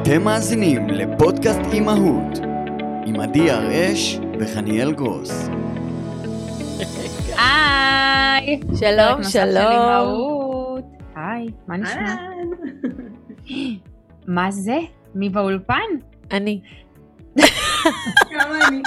אתם מאזינים לפודקאסט אימהות עם עדי הראש וחניאל גרוס. היי, שלום, שלום. היי, מה נשמע? מה זה? מי באולפן? אני. כמה אני?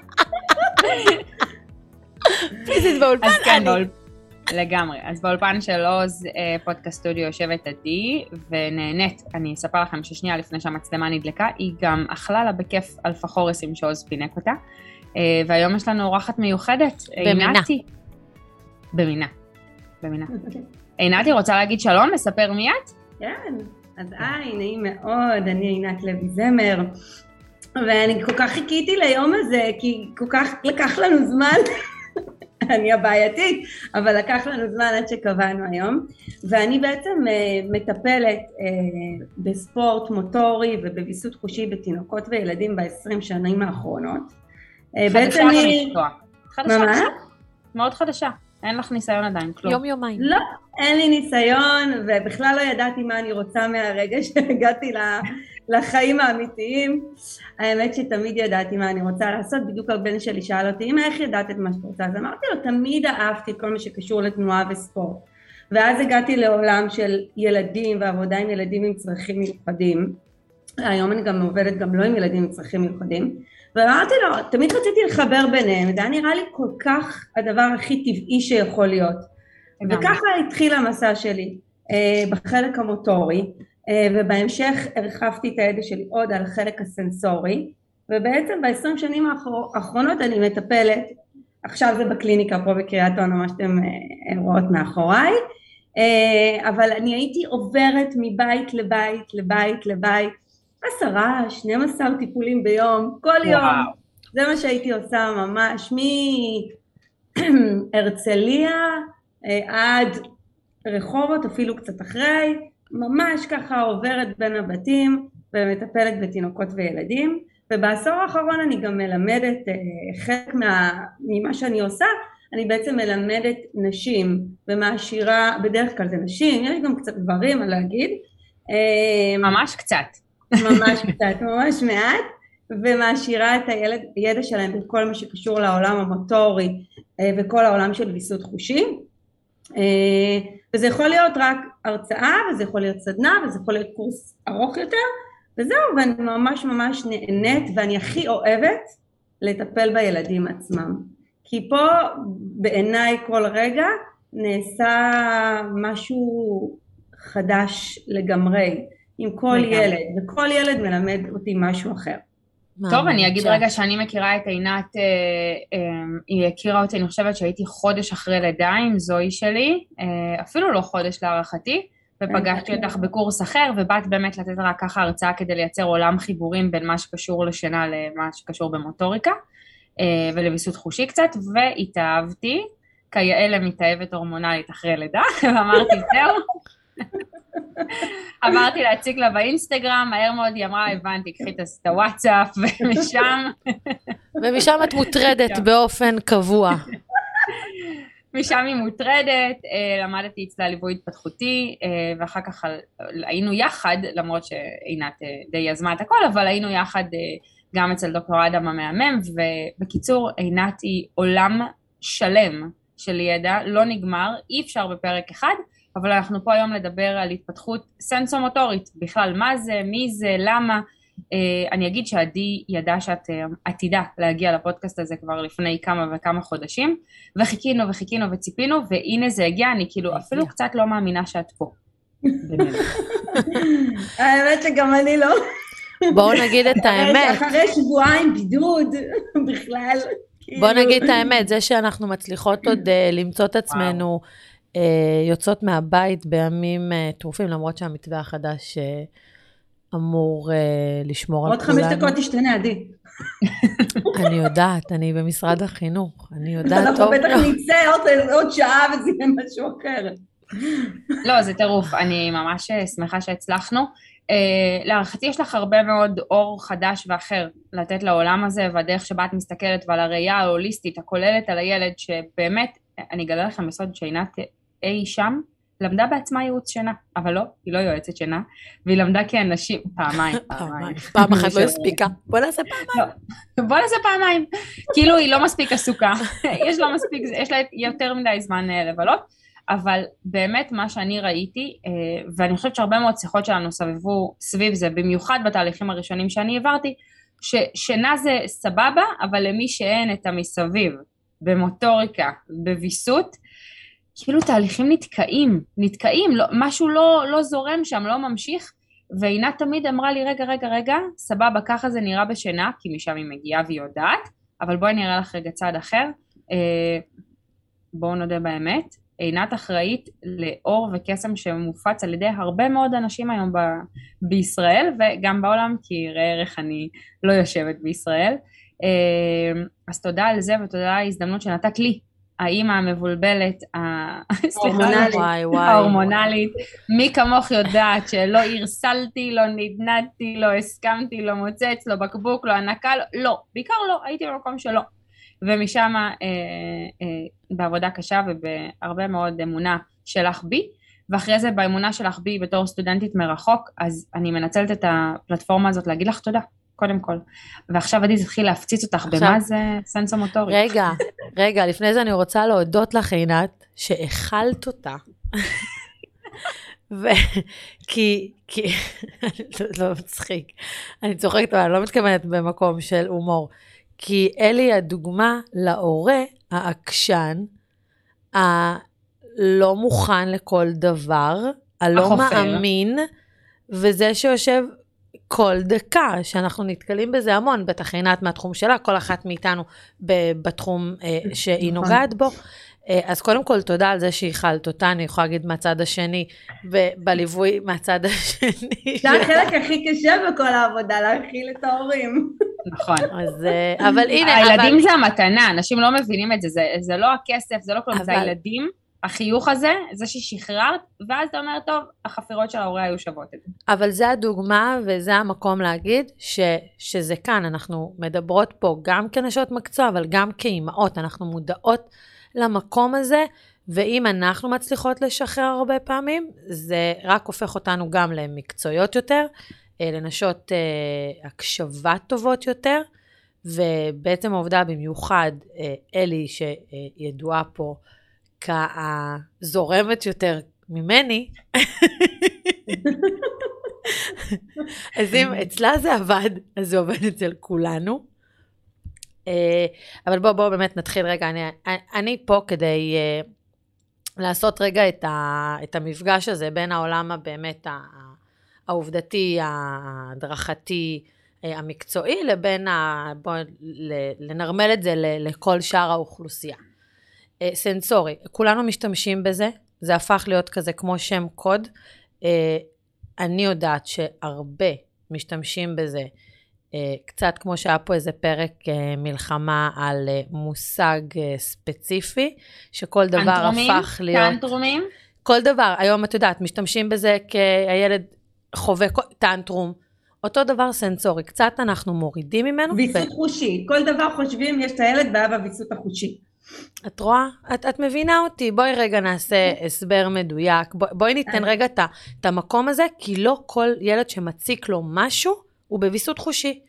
פיזית באולפן, אני. לגמרי. אז באולפן של עוז פודקאסט סטודיו יושבת עדי, ונהנית, אני אספר לכם ששנייה לפני שהמצלמה נדלקה, היא גם אכלה לה בכיף אלפה חורסים שעוז פינק אותה, והיום יש לנו אורחת מיוחדת, עינתי. במינה. עינתי, רוצה להגיד שלום, לספר מי את? כן, אז נעים מאוד, אני עינת לוי זמר, ואני כל כך חיכיתי ליום הזה, כי כל כך לקח לנו זמן, אני הבעייתית, אבל לקח לנו זמן עד שקבענו היום, ואני בעצם מטפלת בספורט מוטורי ובביסות חושי בתינוקות וילדים ב-20 שנים האחרונות. חדשה במקצוע. מה? מאוד חדשה. אין לך ניסיון עדיין, כלום. יום-יומיים. לא, אין לי ניסיון, ובכלל לא ידעתי מה אני רוצה מהרגע שהגעתי לחיים האמיתיים. האמת שתמיד ידעתי מה אני רוצה לעשות, בדיוק הבן שלי שאל אותי, אמא, איך ידעת את מה שאת רוצה? אז אמרתי לו, תמיד אהבתי את כל מה שקשור לתנועה וספורט. ואז הגעתי לעולם של ילדים ועבודה עם ילדים עם צרכים מיוחדים. היום אני גם עובדת גם לא עם ילדים עם צרכים מיוחדים. ואמרתי לו, תמיד רציתי לחבר ביניהם, זה היה נראה לי כל כך הדבר הכי טבעי שיכול להיות. וככה התחיל המסע שלי בחלק המוטורי, ובהמשך הרחבתי את הידע שלי עוד על החלק הסנסורי, ובעצם ב-20 שנים האחרונות אני מטפלת, עכשיו זה בקליניקה פה בקריית אונו, מה שאתם רואות מאחוריי, אבל אני הייתי עוברת מבית לבית, 10-12 טיפולים ביום, כל יום, זה מה שהייתי עושה ממש, מהרצליה עד רחובות, אפילו קצת אחרי, ממש ככה עוברת בין הבתים ומטפלת בתינוקות וילדים, ובעשור האחרון אני גם מלמדת חלק ממה שאני עושה, אני בעצם מלמדת נשים ומעשירה, בדרך כלל זה נשים, יש גם קצת גברים על להגיד. ממש קצת. ממש מעט, ומעשירה את הידע שלהם בכל מה שקשור לעולם המוטורי וכל העולם של ויסות חושי. וזה יכול להיות רק הרצאה, וזה יכול להיות סדנה, וזה יכול להיות קורס ארוך יותר, וזהו, ואני ממש נהנית, ואני הכי אוהבת לטפל בילדים עצמם. כי פה בעיניי כל רגע נעשה משהו חדש לגמרי, עם כל ילד, וכל ילד מלמד אותי משהו אחר. טוב, אני אגיד רגע שאני מכירה את עינת, היא הכירה אותי, אני חושבת שהייתי חודש אחרי לידה עם זוהי שלי, אפילו לא חודש להערכתי, ופגשתי אותך בקורס אחר, ובאת באמת לתת רק ככה הרצאה כדי לייצר עולם חיבורים בין מה שקשור לשינה למה שקשור במוטוריקה, ולביסות חושי קצת, והתאהבתי, כיאה מתאהבת הורמונלית אחרי לידה, ואמרתי זהו, אמרתי להציג לה באינסטגרם, מהר מאוד היא אמרה, הבנתי, קחי את הוואטסאפ, ומשם את מוטרדת באופן קבוע. משם היא מוטרדת, למדתי אצלה ליווי התפתחותי, ואחר כך היינו יחד, למרות שעינת די יזמה את הכל, אבל היינו יחד גם אצל דוקטור אדם המהמם, ובקיצור, עינת היא עולם שלם של ידע, לא נגמר, אי אפשר בפרק אחד, אבל אנחנו פה היום לדבר על התפתחות סנסומוטורית, בכלל מה זה, מי זה, למה. אני אגיד שעדי ידעה שאת עתידה להגיע לפודקאסט הזה כבר לפני כמה וכמה חודשים, וחיכינו וציפינו, והנה זה הגיע, אני כאילו אפילו קצת לא מאמינה שאת פה. האמת שגם אני לא. בואו נגיד את האמת. אחרי שבועיים בידוד בכלל. בואו נגיד את האמת, זה שאנחנו מצליחות עוד למצוא את עצמנו, יוצאות מהבית בימים טרופים, למרות שהמתווה החדש אמור לשמור על כולנו. עוד 5 דקות תשתנה, עדי. אני יודעת, אני במשרד החינוך, אני יודעת טוב. אנחנו בטח נצא עוד שעה וזה יהיה משהו אחר. לא, זה טירוף, אני ממש שמחה שהצלחנו. להערכתי יש לך הרבה מאוד אור חדש ואחר לתת לעולם הזה, והדרך שבה את מסתכלת ועל הראייה ההוליסטית, הכוללת על הילד, שבאמת, אני אגלה לכם בסוד שעינת אי שם, למדה בעצמה ייעוץ שינה, אבל לא, היא לא יועצת שינה, והיא למדה כאנשים, פעמיים. פעם אחת לא הספיקה, בוא נעשה פעמיים. בוא נעשה פעמיים, כאילו היא לא מספיק עסוקה, יש לה יותר מדי זמן לבלות, אבל באמת מה שאני ראיתי, ואני חושבת שהרבה מאוד שיחות שלנו סבבו סביב זה, במיוחד בתהליכים הראשונים שאני העברתי, ששינה זה סבבה, אבל למי שאין את המסביב, במוטוריקה, בוויסות, כאילו תהליכים נתקעים, משהו לא זורם שם, לא ממשיך, ועינת תמיד אמרה לי, רגע, סבבה, ככה זה נראה בשינה, כי משם היא מגיעה והיא יודעת, אבל בואי נראה לך רגע צד אחר, בואו נודה באמת, עינת אחראית לאור וקסם שמופץ על ידי הרבה מאוד אנשים היום בישראל, וגם בעולם, כי ראה ערך אני לא יושבת בישראל, אז תודה על זה ותודה על ההזדמנות שנתת לי, האמא המבולבלת, ההורמונלית, מי כמוך יודעת שלא הרסלתי, לא נדנדתי, לא הסכמתי, לא מוצץ, לא בקבוק, לא ענקה, לא, בעיקר לא, הייתי במקום שלא. ומשם בעבודה קשה ובהרבה מאוד אמונה שלך בי, ואחרי זה באמונה שלך בי בתור סטודנטית מרחוק, אז אני מנצלת את הפלטפורמה הזאת להגיד לך תודה. קודם כל. ועכשיו עדי תתחיל להפציץ אותך במה זה סנסומוטורית. רגע, לפני זה אני רוצה להודות לך, עינת, שהאכלת אותה. כי, לא מצחיק, אני צוחקת, אבל אני לא מתכוונת במקום של הומור, כי אלי הדוגמה להורה, העקשן, הלא מוכן לכל דבר, הלא מאמין, וזה שיושב כל דקה, שאנחנו נתקלים בזה המון, בטח עינת מהתחום שלה, כל אחת מאיתנו בתחום שהיא נוגעת בו, אז קודם כל תודה על זה שהאכלת אותה, אני יכולה להגיד מהצד השני, בליווי מהצד השני. זה החלק הכי קשה בכל העבודה, להאכיל את ההורים. נכון. אבל הנה, הילדים זה המתנה, אנשים לא מבינים את זה, זה לא הכסף, זה לא כלום, זה הילדים. החיוך הזה, זה ששחררת, ואז אתה אומר, טוב, החפירות של ההורי היו שוות את זה. אבל זה הדוגמה, וזה המקום להגיד, שזה כאן, אנחנו מדברות פה גם כנשות מקצוע, אבל גם כאימהות, אנחנו מודעות למקום הזה, ואם אנחנו מצליחות לשחרר הרבה פעמים, זה רק הופך אותנו גם למקצועיות יותר, לנשות הקשבה טובות יותר, ובעצם העובדה במיוחד, אלי שידועה פה, כזורמת יותר ממני, אז אם אצלה זה עבד, אז זה עובד אצל כולנו. אבל בואו באמת נתחיל רגע, אני פה כדי לעשות רגע את המפגש הזה בין העולם הבאמת העובדתי, הדרכתי, המקצועי, לבין, בואו לנרמל את זה לכל שאר האוכלוסייה. סנסורי, כולנו משתמשים בזה, זה הפך להיות כזה כמו שם קוד, אני יודעת שהרבה משתמשים בזה, קצת כמו שהיה פה איזה פרק מלחמה על מושג ספציפי, שכל דבר הפך להיות... טנטרומים? כל דבר, היום את יודעת, משתמשים בזה כהילד חווה טנטרום, אותו דבר סנסורי, קצת אנחנו מורידים ממנו. ויסות חושי, כל דבר חושבים יש את הילד בעיה בוויסות החושי. את רואה? את מבינה אותי, בואי רגע נעשה הסבר מדויק, בואי ניתן רגע את המקום הזה, כי לא כל ילד שמציק לו משהו, הוא בוויסות חושי.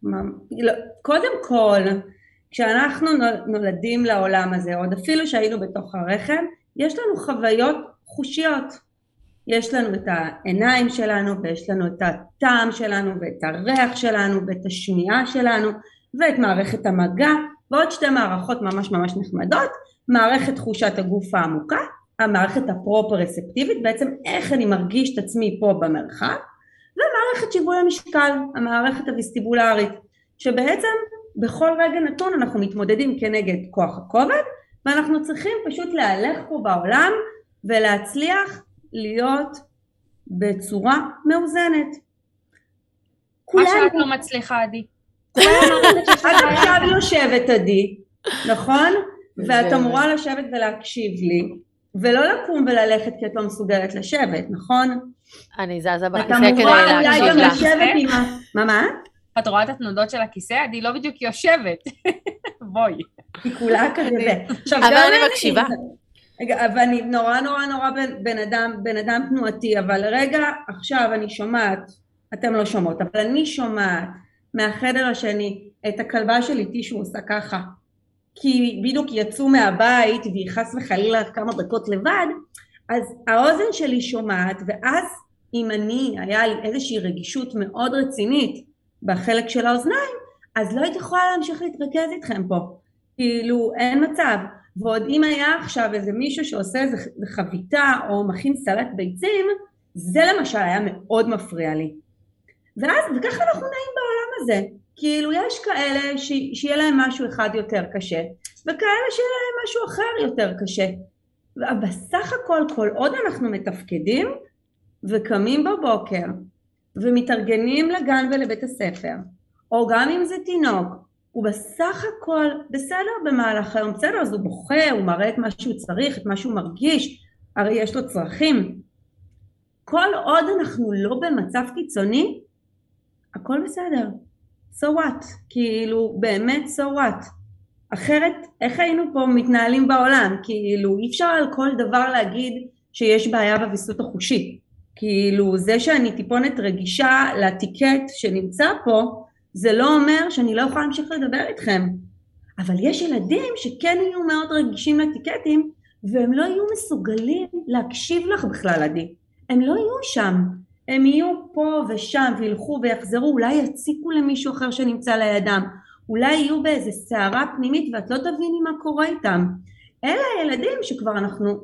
קודם כל, כשאנחנו נולדים לעולם הזה, עוד אפילו שהיינו בתוך הרחם, יש לנו חוויות חושיות. יש לנו את העיניים שלנו, ויש לנו את הטעם שלנו, ואת הריח שלנו, ואת השמיעה שלנו, ואת מערכת המגע, ועוד שתי מערכות ממש ממש נחמדות, מערכת תחושת הגוף העמוקה, המערכת הפרופרספטיבית, בעצם איך אני מרגיש את עצמי פה במרחב, ומערכת שיווי המשקל, המערכת הוויסטיבולרית, שבעצם בכל רגע נתון אנחנו מתמודדים כנגד כוח הכובד, ואנחנו צריכים פשוט להלך פה בעולם, ולהצליח להיות בצורה מאוזנת. מה שאת לא מצליחה, עדי. את עכשיו יושבת עדי, נכון? ואת אמורה לשבת ולהקשיב לי, ולא לקום וללכת כי את לא מסוגלת לשבת, נכון? אני זזה בכיסא כדי להקשיב לך. מה? את רואה את התנודות של הכיסא? עדי לא בדיוק יושבת. בואי. היא כולה כזה. אבל אני מקשיבה. ואני נורא בן אדם תנועתי, אבל רגע עכשיו אני שומעת, אתם לא שומעות, אבל אני שומעת מהחדר השני את הכלבה של איתי שהוא עושה ככה, כי בדיוק יצאו מהבית והיא חס וחלילה כמה דקות לבד, אז האוזן שלי שומעת, ואז אם היה לי איזושהי רגישות מאוד רצינית בחלק של האוזניים, אז לא הייתי יכולה להמשיך להתרכז איתכם פה, כאילו אין מצב. ועוד אם היה עכשיו איזה מישהו שעושה איזה חביתה או מכין סלט ביצים, זה למשל היה מאוד מפריע לי. וככה אנחנו נעים בעולם הזה, כאילו יש כאלה שיהיה להם משהו אחד יותר קשה, וכאלה שיהיה להם משהו אחר יותר קשה. בסך הכל, כל עוד אנחנו מתפקדים וקמים בבוקר ומתארגנים לגן ולבית הספר, או גם אם זה תינוק, הוא בסך הכל בסדר במהלך היום, בסדר, אז הוא בוכה, הוא מראה את מה שהוא צריך, את מה שהוא מרגיש, הרי יש לו צרכים. כל עוד אנחנו לא במצב קיצוני, הכל בסדר. So what? כאילו, באמת so what? אחרת, איך היינו פה מתנהלים בעולם? כאילו, אי אפשר על כל דבר להגיד שיש בעיה בוויסות החושי. כאילו, זה שאני טיפונת רגישה לטיקט שנמצא פה, זה לא אומר שאני לא יכולה להמשיך לדבר איתכם. אבל יש ילדים שכן יהיו מאוד רגישים לטיקטים, והם לא יהיו מסוגלים להקשיב לך בכלל, עדי. הם לא יהיו שם. הם יהיו פה ושם וילכו ויחזרו, אולי יציקו למישהו אחר שנמצא לידם, אולי יהיו באיזה סערה פנימית ואת לא תביני מה קורה איתם. אלה הילדים שכבר אנחנו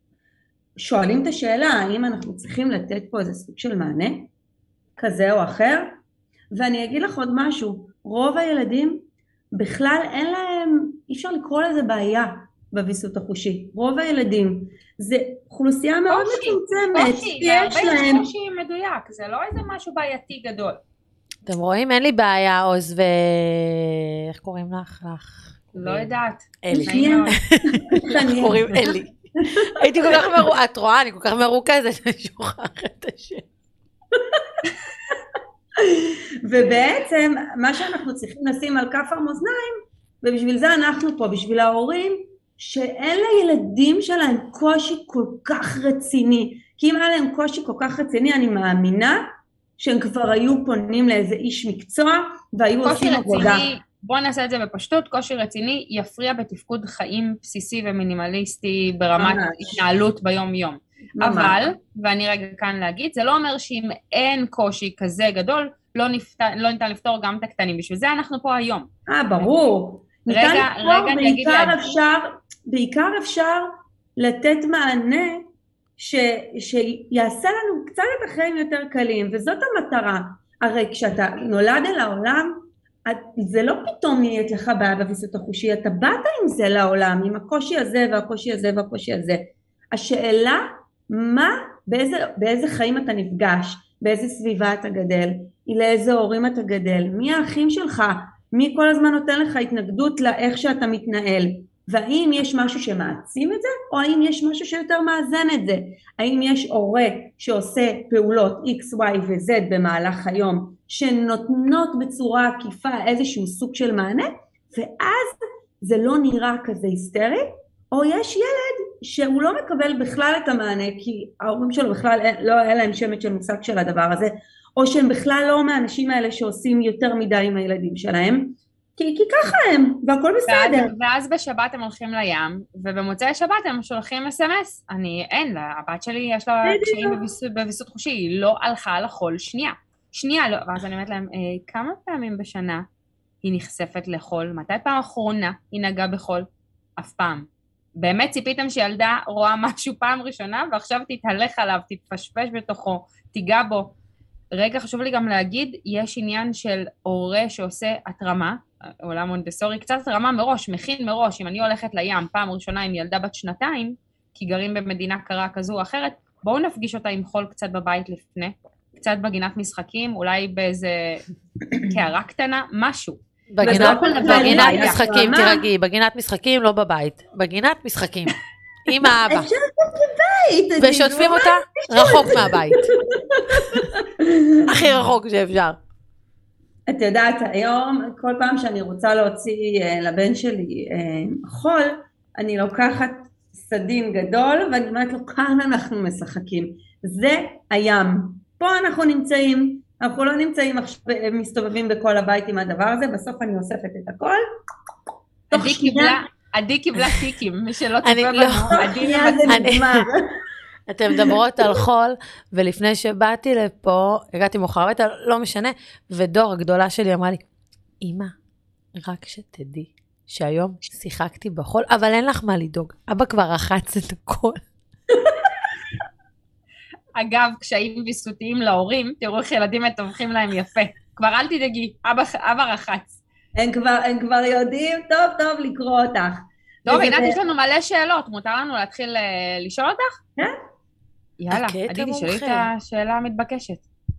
שואלים את השאלה, האם אנחנו צריכים לתת פה איזה סוג של מענה, כזה או אחר, ואני אגיד לך עוד משהו, רוב הילדים בכלל אין להם, אי אפשר לקרוא לזה בעיה בוויסות החושי, רוב הילדים, זה אוכלוסייה מאוד מצומצמת, יש להם קושי מדויק, זה לא איזה משהו בעייתי גדול. אתם רואים, אין לי בעיה, עוז איך קוראים לך? לא יודעת. אלי. איך קוראים אלי? הייתי כל כך מרוכזת, את רואה, אני כל כך מרוכזת, אני שוכחת את השם. ובעצם מה שאנחנו צריכים לשים על כף המאזניים, ובשביל זה אנחנו פה, בשביל ההורים, שאין לילדים שלהם קושי כל כך רציני, כי אם היה להם קושי כל כך רציני, אני מאמינה שהם כבר היו פונים לאיזה איש מקצוע, והיו עושים עבודה. בוא נעשה את זה בפשטות, קושי רציני יפריע בתפקוד חיים בסיסי ומינימליסטי, ברמת התנהלות ביום יום. אבל, ואני רגע כאן להגיד, זה לא אומר שאם אין קושי כזה גדול, לא ניתן לפתור גם את הקטנים, בשביל זה אנחנו פה היום. ברור. רגע, בעיקר אפשר לתת מענה שיעשה לנו קצת את החיים יותר קלים, וזאת המטרה. הרי כשאתה נולד אל העולם, זה לא פתאום נהיית לך בעיה בוויסות החושי, אתה באת עם זה לעולם, עם הקושי הזה והקושי הזה והקושי הזה. השאלה, באיזה חיים אתה נפגש, באיזה סביבה אתה גדל, לאיזה הורים אתה גדל, מי האחים שלך, מי כל הזמן נותן לך התנגדות לאיך שאתה מתנהל, והאם יש משהו שמעצים את זה, או האם יש משהו שיותר מאזן את זה, האם יש הורה שעושה פעולות X, Y ו-Z במהלך היום, שנותנות בצורה עקיפה איזשהו סוג של מענה, ואז זה לא נראה כזה היסטרי, או יש ילד שהוא לא מקבל בכלל את המענה, כי ההורים שלו בכלל לא היה להם שמץ של מושג של הדבר הזה, או שהם בכלל לא מהאנשים האלה שעושים יותר מדי עם הילדים שלהם, כי ככה הם, והכל בסדר. ואז בשבת הם הולכים לים, ובמוצאי שבת הם שולחים SMS, הבת שלי יש לה קשיים בוויסות חושי, היא לא הלכה לחול שנייה לא, ואז אני אומרת להם, כמה פעמים בשנה היא נחשפת לחול? מתי פעם אחרונה היא נגעה בחול? אף פעם. באמת ציפיתם שילדה רואה משהו פעם ראשונה, ועכשיו תתהלך עליו, תתפשפש בתוכו, תיגע בו. רגע, חשוב לי גם להגיד, יש עניין של הורה שעושה התרמה, עולם מונטסורי, קצת התרמה מראש, מכין מראש, אם אני הולכת לים פעם ראשונה עם ילדה בת 2, כי גרים במדינה קרה כזו או אחרת, בואו נפגיש אותה עם חול קצת בבית לפני, קצת בגינת משחקים, אולי באיזה קערה קטנה, משהו. בגינת משחקים, תרגעי, בגינת משחקים לא בבית, בגינת משחקים, עם האבא. ושוטפים אותה רחוק מהבית. הכי רחוק שאפשר. את יודעת, היום כל פעם שאני רוצה להוציא לבן שלי חול, אני לוקחת סדין גדול, ואני אומרת לו, כאן אנחנו משחקים, זה הים, פה אנחנו נמצאים, אנחנו לא נמצאים עכשיו, מסתובבים בכל הבית עם הדבר הזה, בסוף אני אוספת את הכל, עדי קיבלה טיקים, מי שלא צופה בנו, עדי נגמר. אתם מדברות על חול, ולפני שבאתי לפה, הגעתי מאוחר, לא משנה, ודור הגדולה שלי אמרה לי, אמא, רק שתדעי שהיום שיחקתי בחול, אבל אין לך מה לדאוג, אבא כבר רחץ את הכל. אגב, קשיים ויסותיים להורים, תראו איך ילדים מטווחים להם יפה. כבר אל תדאגי, אבא רחץ. הם כבר יודעים טוב לקרוא אותך. טוב, עינת, יש לנו מלא שאלות, מותר לנו להתחיל לשאול אותך? כן. יאללה, עדי, תשאלי את השאלה המתבקשת.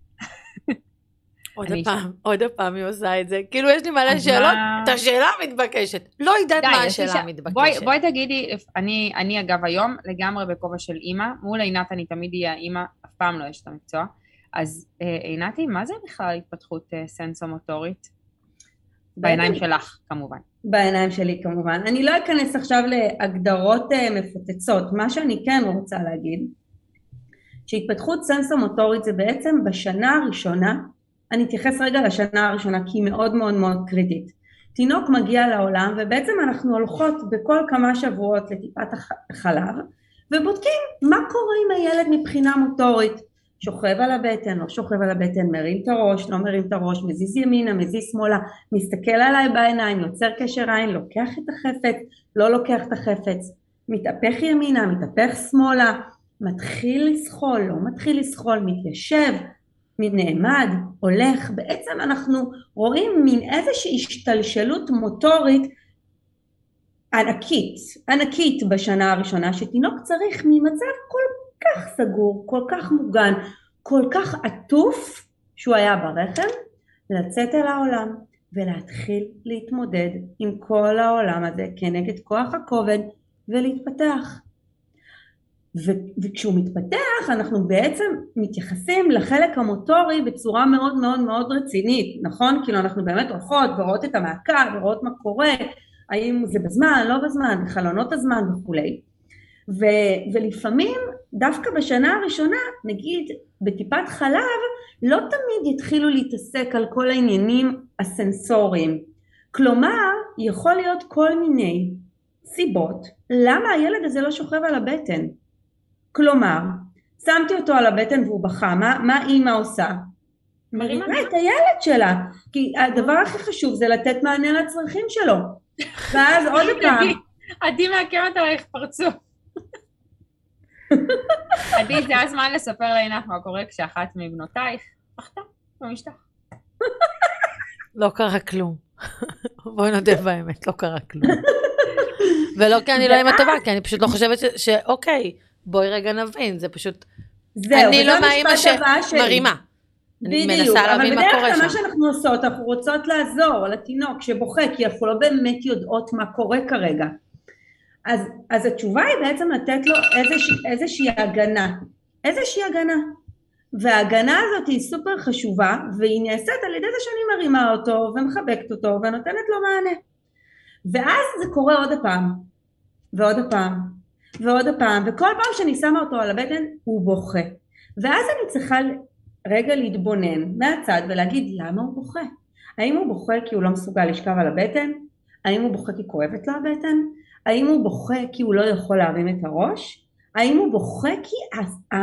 עוד הפעם היא עושה את זה, כאילו יש לי מלא שאלות, את השאלה המתבקשת, לא יודעת מה השאלה המתבקשת. בואי תגידי, אני אגב היום לגמרי בכובע של אימא, מול עינת אני תמיד אהיה האימא, אף פעם לא יש את המקצוע, אז עינתי, מה זה בכלל התפתחות סנסומוטורית? בעיניים שלך כמובן. בעיניים שלי כמובן. אני לא אכנס עכשיו להגדרות מפוצצות, מה שאני כן רוצה להגיד, שהתפתחות סנסומוטורית זה בעצם בשנה הראשונה, אני אתייחס רגע לשנה הראשונה כי היא מאוד מאוד מאוד קריטית. תינוק מגיע לעולם ובעצם אנחנו הולכות בכל כמה שבועות לטיפת החלב ובודקים מה קורה עם הילד מבחינה מוטורית. שוכב על הבטן, לא שוכב על הבטן, מרים את הראש, לא מרים את הראש, מזיז ימינה, מזיז שמאלה, מסתכל עליי בעיניים, יוצר קשר עין, לוקח את החפץ, לא לוקח את החפץ, מתהפך ימינה, מתהפך שמאלה, מתחיל לסחול, לא מתחיל לסחול, מתיישב, נעמד, הולך, בעצם אנחנו רואים מין איזושהי השתלשלות מוטורית ענקית בשנה הראשונה, שתינוק צריך ממצב כל כך סגור, כל כך מוגן, כל כך עטוף שהוא היה ברחם, לצאת אל העולם ולהתחיל להתמודד עם כל העולם הזה כנגד כוח הכובד ולהתפתח. וכשהוא מתפתח אנחנו בעצם מתייחסים לחלק המוטורי בצורה מאוד מאוד מאוד רצינית, נכון? כאילו אנחנו באמת הולכות ורואות את המעקב ורואות מה קורה, האם זה בזמן, לא בזמן, בחלונות הזמן וכולי. ולפעמים דווקא בשנה הראשונה, נגיד בטיפת חלב, לא תמיד יתחילו להתעסק על כל העניינים הסנסוריים. כלומר, יכול להיות כל מיני סיבות למה הילד הזה לא שוכב על הבטן. כלומר, שמתי אותו על הבטן והוא בכה, מה אימא עושה? מרימה את הילד שלה, כי הדבר הכי חשוב זה לתת מענה לצרכים שלו. ואז עוד פעם. עדי מעקמת עלייך פרצוף. עדי, זה הזמן לספר לעינת מה קורה כשאחת מבנותייך פחתה במשטח. לא קרה כלום. בואי נודה באמת, לא קרה כלום. ולא כי אני לא אימא טובה, כי אני פשוט לא חושבת שאוקיי, בואי רגע נבין, זה פשוט... אני לא מהאימא שמרימה. אני מנסה להבין מה קורה שם. אבל בדרך כלל מה שאנחנו עושות, אנחנו רוצות לעזור לתינוק שבוכה, כי אנחנו לא באמת יודעות מה קורה כרגע. אז התשובה היא בעצם לתת לו איזושהי הגנה. וההגנה הזאת היא סופר חשובה, והיא נעשית על ידי זה שאני מרימה אותו, ומחבקת אותו, ונותנת לו מענה. ואז זה קורה עוד הפעם, ועוד הפעם, וכל פעם שאני שמה אותו על הבטן, הוא בוכה. ואז אני צריכה רגע להתבונן מהצד, ולהגיד למה הוא בוכה. האם הוא בוכה כי הוא לא מסוגל לשכב על הבטן? האם הוא בוכה כי כואבת לו הבטן? האם הוא בוכה כי הוא לא יכול להרים את הראש? האם הוא בוכה כי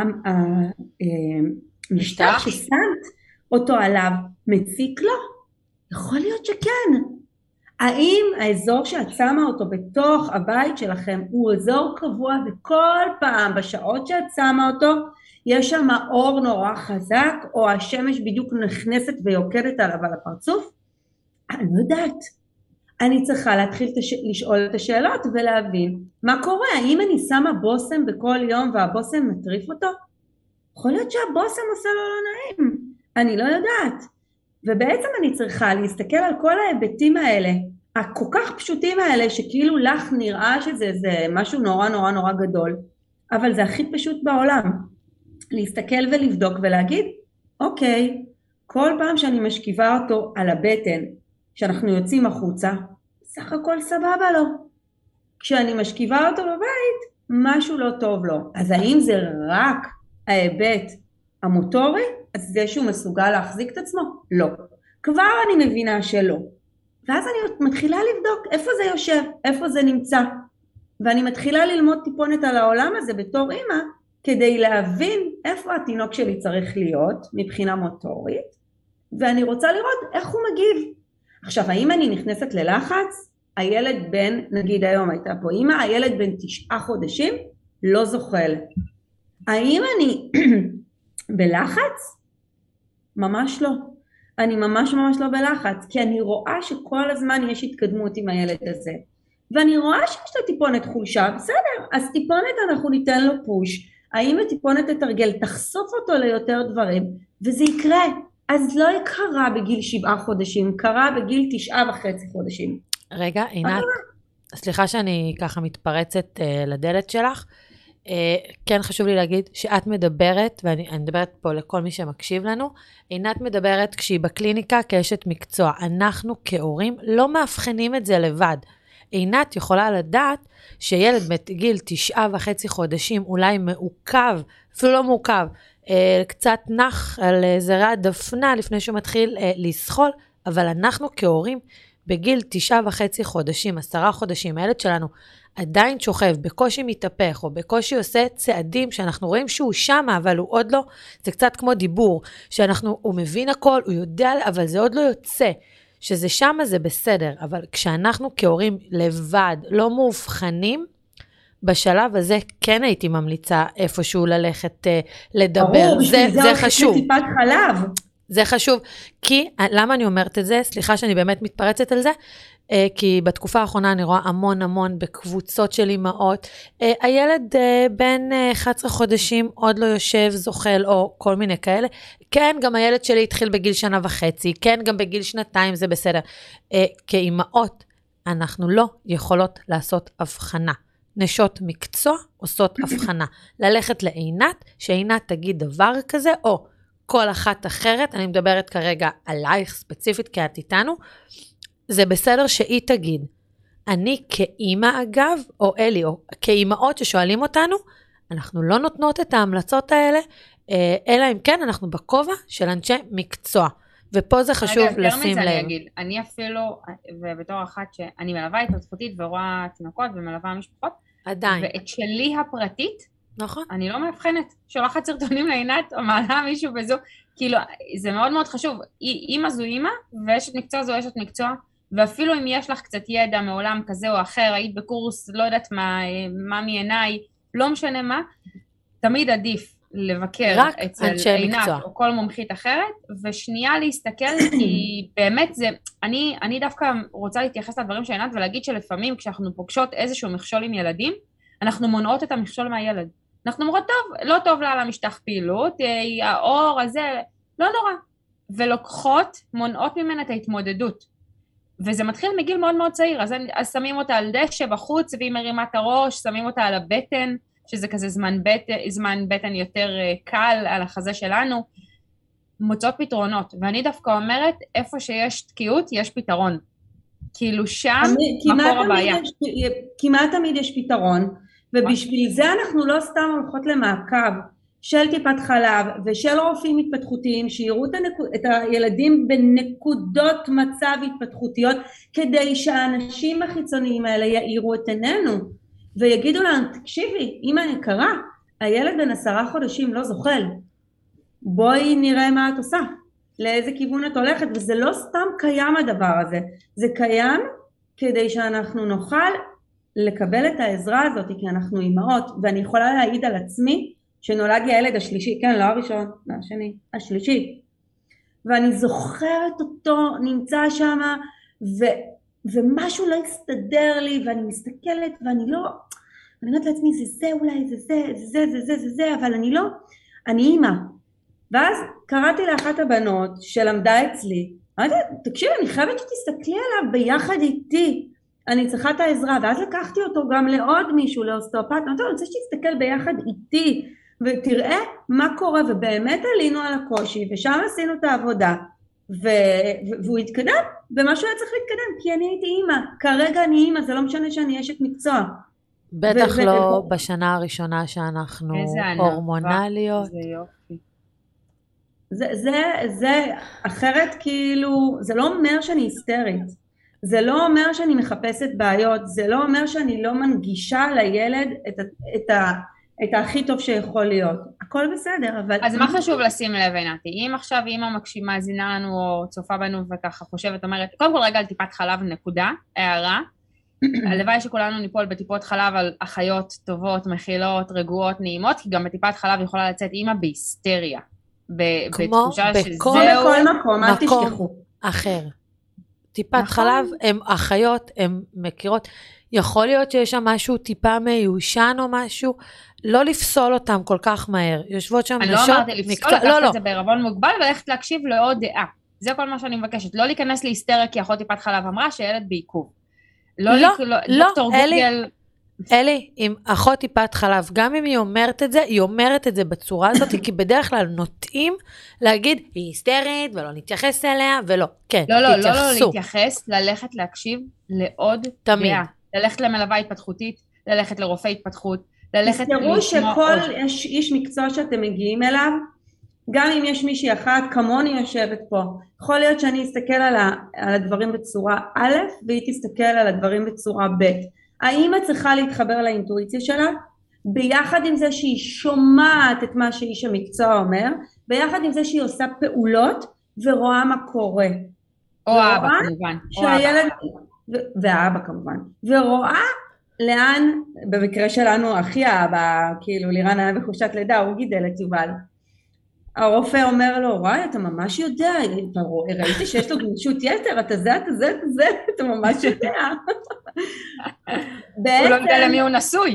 המשטח ששמת אותו עליו מציק לו? יכול להיות שכן. האם האזור שאת שמה אותו בתוך הבית שלכם הוא אזור קבוע וכל פעם בשעות שאת שמה אותו יש שם אור נורא חזק או השמש בדיוק נכנסת ויוקדת עליו על הפרצוף? אני לא יודעת. אני צריכה להתחיל לשאול את השאלות ולהבין מה קורה. האם אני שמה בוסם בכל יום והבוסם מטריף אותו? יכול להיות שהבוסם עושה לו לא נעים. אני לא יודעת. ובעצם אני צריכה להסתכל על כל ההיבטים האלה, הכל כך פשוטים האלה, שכאילו לך נראה שזה משהו נורא נורא נורא גדול, אבל זה הכי פשוט בעולם. להסתכל ולבדוק ולהגיד, אוקיי, כל פעם שאני משכיבה אותו על הבטן, כשאנחנו יוצאים החוצה, סך הכל סבבה לו. כשאני משכיבה אותו בבית, משהו לא טוב לו. אז האם זה רק ההיבט המוטורי? אז זה שהוא מסוגל להחזיק את עצמו? לא. כבר אני מבינה שלא. ואז אני מתחילה לבדוק איפה זה יושב, איפה זה נמצא. ואני מתחילה ללמוד טיפונת על העולם הזה בתור אמא, כדי להבין איפה התינוק שלי צריך להיות מבחינה מוטורית, ואני רוצה לראות איך הוא מגיב. עכשיו, האם אני נכנסת ללחץ? הילד בן, נגיד היום הייתה פה אמא, הילד בן 9 חודשים לא זוחל. האם אני בלחץ? ממש לא. אני ממש לא בלחץ, כי אני רואה שכל הזמן יש התקדמות עם הילד הזה. ואני רואה שיש לו טיפונת חולשה, בסדר, אז טיפונת אנחנו ניתן לו פוש. האם הטיפונת תתרגל, תחשוף אותו ליותר דברים, וזה יקרה. אז לא יקרה בגיל 7 חודשים, קרה בגיל 9.5 חודשים. רגע, עינת, סליחה שאני ככה מתפרצת לדלת שלך, כן חשוב לי להגיד שאת מדברת, ואני מדברת פה לכל מי שמקשיב לנו, עינת מדברת כשהיא בקליניקה כאשת מקצוע, אנחנו כהורים לא מאבחנים את זה לבד. עינת יכולה לדעת שילד בגיל 9.5 חודשים אולי מעוכב, אפילו לא מעוכב, קצת נח על זרי הדפנה לפני שהוא מתחיל לסחול, אבל אנחנו כהורים בגיל 9.5 חודשים, 10 חודשים, הילד שלנו עדיין שוכב, בקושי מתהפך, או בקושי עושה צעדים שאנחנו רואים שהוא שם, אבל הוא עוד לא, זה קצת כמו דיבור, הוא מבין הכל, הוא יודע, אבל זה עוד לא יוצא, שזה שם זה בסדר, אבל כשאנחנו כהורים לבד, לא מאובחנים, בשלב הזה כן הייתי ממליצה איפשהו ללכת לדבר, ברור, זה חשוב. זה טיפת חלב. זה חשוב, כי, למה אני אומרת את זה? סליחה שאני באמת מתפרצת על זה, כי בתקופה האחרונה אני רואה המון בקבוצות של אמהות, הילד בין 11 חודשים עוד לא יושב, זוחל או כל מיני כאלה, כן, גם הילד שלי התחיל בגיל 1.5 שנה, כן, גם בגיל 2 זה בסדר. כאמהות, אנחנו לא יכולות לעשות הבחנה. נשות מקצוע עושות הבחנה. ללכת לעינת, שעינת תגיד דבר כזה, או כל אחת אחרת, אני מדברת כרגע עלייך ספציפית, כי את איתנו, זה בסדר שהיא תגיד. אני כאימא אגב, או אלי, או כאימהות ששואלים אותנו, אנחנו לא נותנות את ההמלצות האלה, אלא אם כן אנחנו בכובע של אנשי מקצוע. ופה זה חשוב לשים לב. אני אפילו, ובתור אחת שאני מלווה התפתחותית ורואה תינוקות ומלווה משפחות, עדיין. ואת שלי הפרטית, נכון. אני לא מאבחנת, שולחת סרטונים לעינת או מעלה מישהו בזו, כאילו זה מאוד מאוד חשוב, אימא זו אימא ואשת מקצוע זו אשת מקצוע, ואפילו אם יש לך קצת ידע מעולם כזה או אחר, היית בקורס, לא יודעת מה מעיניי, לא משנה מה, תמיד עדיף לבקר אצל עינת או כל מומחית אחרת, ושנייה להסתכל, כי באמת זה, אני דווקא רוצה להתייחס לדברים של עינת ולהגיד שלפעמים כשאנחנו פוגשות איזשהו מכשול עם ילדים, אנחנו מונעות את המכשול מהילד. אנחנו אומרות, טוב, לא טוב לה על המשטח פעילות, האור הזה, לא נורא. ולוקחות, מונעות ממנה את ההתמודדות. וזה מתחיל מגיל מאוד מאוד צעיר, אז שמים אותה על דשא בחוץ, והיא מרימה את הראש, שמים אותה על הבטן, שזה כזה זמן בטן יותר קל על החזה שלנו, מוצאות פתרונות. ואני דווקא אומרת, איפה שיש תקיעות, יש פתרון. כאילו שם מקור הבעיה. כמעט תמיד יש פתרון, ובשביל זה אנחנו לא סתם הולכות למעקב של טיפת חלב ושל רופאים התפתחותיים שיראו את הילדים בנקודות מצב התפתחותיות, כדי שהאנשים החיצוניים האלה יאירו את עינינו ויגידו לנו, תקשיבי, אמא יקרה, הילד בן 10 חודשים לא זוחל, בואי נראה מה את עושה, לאיזה כיוון את הולכת. וזה לא סתם קיים הדבר הזה, זה קיים כדי שאנחנו נוכל לקבל את העזרה הזאת, כי אנחנו אימהות, ואני יכולה להעיד על עצמי שנולד לי הילד השלישי, כן, לא הראשון, לא השני, השלישי, ואני זוכרת אותו נמצא שם, ומשהו לא הסתדר לי, ואני מסתכלת ואני לא, אני אומרת לעצמי, זה אולי, זה, אבל אני לא, אני אימא. ואז קראתי לאחת הבנות שלמדה אצלי, אמרתי, תקשיבי, אני חייבת שתסתכלי עליו ביחד איתי, אני צריכה את העזרה. ואז לקחתי אותו גם לעוד מישהו, לאוסטאופט, אני רוצה שתסתכל ביחד איתי, ותראה מה קורה, ובאמת עלינו על הקושי, ושם עשינו את העבודה, והוא התקדם, ומשהו היה צריך להתקדם, כי אני הייתי אימא, כרגע אני אימא, זה לא משנה שאני אשת מקצוע. בטח לא בשנה הראשונה שאנחנו הורמונליות. איזה יופי. זה אחרת כאילו, זה לא אומר שאני היסטרית, זה לא אומר שאני מחפשת בעיות, זה לא אומר שאני לא מנגישה לילד את הכי טוב שיכול להיות. הכל בסדר, אבל... אז מה חשוב לשים לב, עינתי? אם עכשיו אמא מאזינה לנו או צופה בנו וככה חושבת, אומרת, קודם כל רגע על טיפת חלב, נקודה, הערה. הלוואי שכולנו ניפול בטיפות חלב על אחיות טובות, מכילות, רגועות, נעימות, כי גם בטיפת חלב יכולה לצאת אמא בהיסטריה. בתחושה שזהו... בכל מקום, אל תשכחו. אחר. טיפת חלב, הם אחיות, הם מכירות. יכול להיות שיש שם משהו טיפה מיושן או משהו, לא לפסול אותם כל כך מהר. יושבות שם נשות... אני לא אמרתי לפסול, לקחת את זה בערבון מוגבל, ולכת להקשיב לעוד דעה. זה כל מה שאני מבקשת. לא להיכנס להיסטריה, כי אחות טיפת חלב אמרה שילד בעיכוב. לא, דוקטור גוגל... אלי, עם אחות טיפת חלב, גם אם היא אומרת את זה, היא אומרת את זה בצורה הזאת, כי בדרך כלל נוטים להגיד, היא היסטרית, ולא נתייחס אליה, ולא. כן, תתייחסו. לא להתייחס, ללכת להקשיב לעוד דעה. ללכת למלווה התפתחותית, ללכת לרופא התפתחות, ללכת... תראו שכל איש מקצוע שאתם מגיעים אליו, גם אם יש מישהי אחת, כמוני יושבת פה, יכול להיות שאני אסתכל על הדברים בצורה א', והיא תסתכל על הדברים בצורה ב'. האמא צריכה להתחבר לאינטואיציה שלה, ביחד עם זה שהיא שומעת את מה שאיש המקצוע אומר, ביחד עם זה שהיא עושה פעולות ורואה מה קורה. או האבא כמובן. והאבא כמובן. ורואה לאן, במקרה שלנו הכי האבא, כאילו לירן היה בחופשת לידה, הוא גידל את יובל. הרופא אומר לו, וואי, אתה ממש יודע, ראיתי שיש לו גמישות יתר, אתה זה, אתה ממש יודע. הוא לא יודע למי הוא נשוי.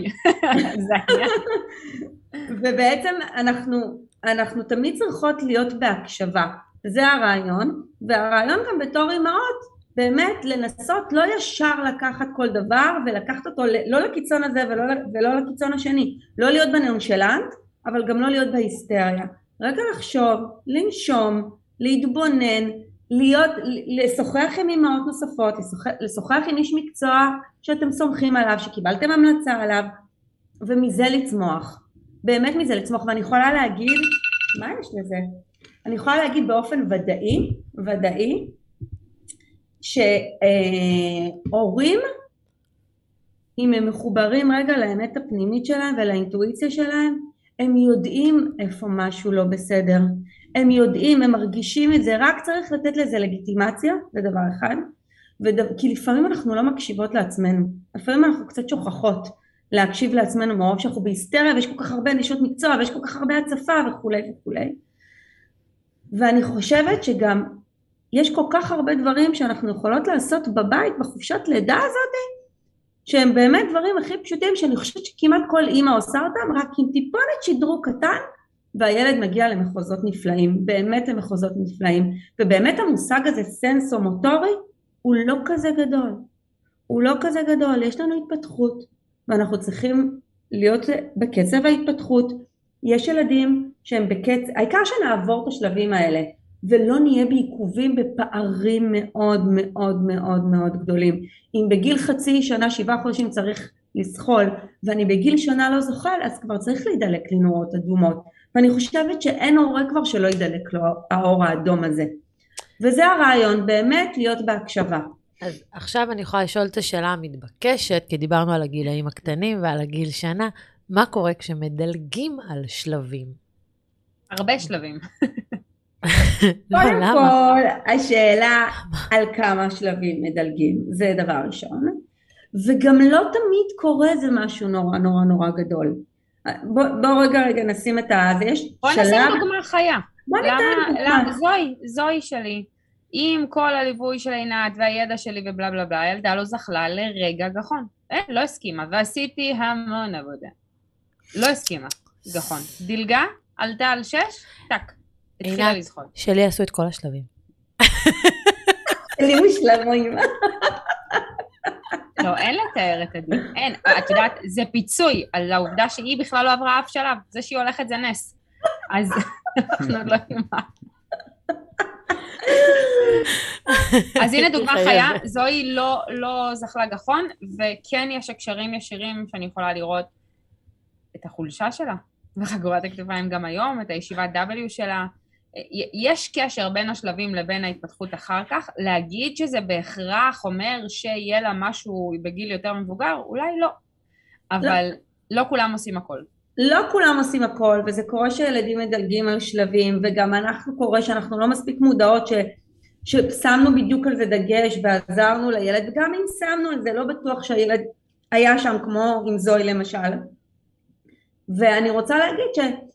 ובעצם אנחנו תמיד צריכות להיות בהקשבה, זה הרעיון, והרעיון גם בתור אמהות, באמת לנסות לא ישר לקחת כל דבר, ולקחת אותו לא לקיצון הזה ולא לקיצון השני, לא להיות בנונשלנט, אבל גם לא להיות בהיסטריה. רגע לחשוב, לנשום, להתבונן, לשוחח עם אמהות נוספות, לשוחח עם איש מקצוע שאתם סומכים עליו, שקיבלתם המלצה עליו, ומזה לצמוח. באמת מזה לצמוח, ואני יכולה להגיד, מה יש לזה? אני יכולה להגיד באופן ודאי, שהורים, אם הם מחוברים רגע לאמת הפנימית שלהם ולאינטואיציה שלהם, הם יודעים איפה משהו לא בסדר, הם יודעים, הם מרגישים את זה, רק צריך לתת לזה לגיטימציה, זה דבר אחד, כי לפעמים אנחנו לא מקשיבות לעצמנו, לפעמים אנחנו קצת שוכחות להקשיב לעצמנו, מרוב שאנחנו בהיסטריה, ויש כל כך הרבה נשות מקצוע, ויש כל כך הרבה הצפה וכו'. ואני חושבת שגם יש כל כך הרבה דברים שאנחנו יכולות לעשות בבית, בחופשת לידה הזאת, שהם באמת דברים הכי פשוטים, שאני חושבת שכמעט כל אימא עושה אותם, רק עם טיפונת שדרוג קטן, והילד מגיע למחוזות נפלאים, באמת למחוזות נפלאים, ובאמת המושג הזה סנסומוטורי, הוא לא כזה גדול, יש לנו התפתחות, ואנחנו צריכים להיות בקצב ההתפתחות, יש ילדים שהם בקצב, העיקר שנעבור את השלבים האלה, ולא נהיה בעיכובים בפערים מאוד מאוד מאוד מאוד גדולים. אם בגיל חצי שנה, 7 חודשים צריך לסחול, ואני בגיל שנה לא זוחל, אז כבר צריך להידלק לי נורות אדומות. ואני חושבת שאין הורה כבר שלא ידלק לו האור האדום הזה. וזה הרעיון, באמת להיות בהקשבה. אז עכשיו אני יכולה לשאול את השאלה המתבקשת, כי דיברנו על הגילאים הקטנים ועל הגיל שנה, מה קורה כשמדלגים על שלבים? הרבה שלבים. קודם כל, השאלה על כמה שלבים מדלגים, זה דבר ראשון, וגם לא תמיד קורה זה משהו נורא נורא נורא גדול. בוא רגע נשים את זה, יש שלב... בוא נשים דוגמה חיה. למה? זוהי שלי, עם כל הליווי של עינת והידע שלי ובלה בלה בלה, הילדה לא זכלה לרגע גחון. לא הסכימה, ועשיתי המון עבודה. לא הסכימה, גחון. דילגה, עלתה על 6, טק. התחילה לזכות. שלי עשו את כל השלבים. לי משלמים. לא, אין לתאר את הדין. אין, את יודעת, זה פיצוי על העובדה שהיא בכלל לא עברה אף שלב. זה שהיא הולכת זה נס. אז אנחנו לא יודעים מה. אז הנה דוגמה חיה, זוהי לא זחלה גחון, וכן יש הקשרים ישירים שאני יכולה לראות את החולשה שלה, וחגורת הכתפיים גם היום, את הישיבת W שלה. יש קשר בין השלבים לבין ההתפתחות אחר כך, להגיד שזה בהכרח אומר שיהיה לה משהו בגיל יותר מבוגר, אולי לא, אבל לא כולם עושים הכל. לא כולם עושים הכל, וזה קורה שילדים מדלגים על שלבים, וגם אנחנו קורה שאנחנו לא מספיק מודעות ששמנו בדיוק על זה דגש ועזרנו לילד, וגם אם שמנו על זה לא בטוח שהילד היה שם כמו עם זוהי למשל. ואני רוצה להגיד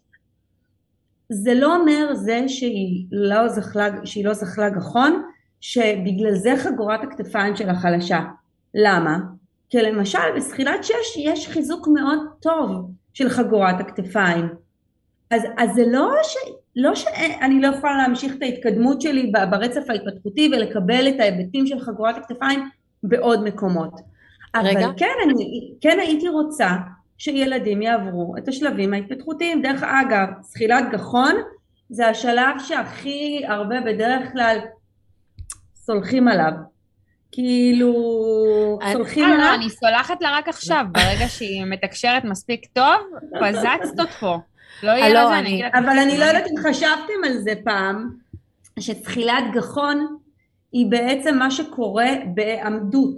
שזה לא אומר זה שהיא לא זחלה גחון, שבגלל זה חגורת הכתפיים שלה חלשה. למה? כי למשל בזחילת 6 יש חיזוק מאוד טוב של חגורת הכתפיים. אז זה לא שאני לא יכולה להמשיך את ההתקדמות שלי ברצף ההתפתחותי ולקבל את ההיבטים של חגורת הכתפיים בעוד מקומות. אבל כן הייתי רוצה שילדים יעברו את השלבים ההתפתחותיים. דרך אגב, זחילת גחון זה השלב שהכי הרבה בדרך כלל סולחים עליו. כאילו, סולחים עליו. לא, אני סולחת לה רק עכשיו, ברגע שהיא מתקשרת מספיק טוב, פזצת אותו. לא יהיה לזה, אני אגיד לך. אבל אני לא יודעת אם חשבתם על זה פעם, שזחילת גחון היא בעצם מה שקורה בעמדות.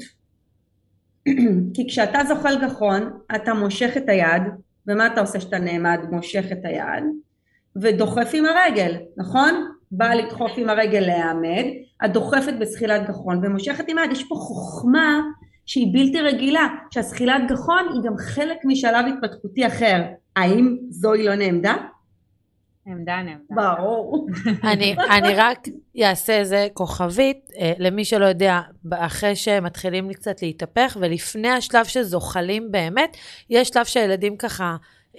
כי כשאתה זוחל גחון, אתה מושך את היד, ומה אתה עושה שאתה נעמד? מושך את היד, ודוחף עם הרגל, נכון? בא לדחוף עם הרגל להעמד, את דוחפת בזחילת גחון ומושכת עם היד. יש פה חוכמה שהיא בלתי רגילה, שהזחילת גחון היא גם חלק משלב התפתחותי אחר. האם זוהי לא נעמדה? נעמדה. ברור. אני רק אעשה איזה כוכבית, למי שלא יודע, אחרי שמתחילים קצת להתהפך, ולפני השלב שזוחלים באמת, יש שלב שהילדים ככה,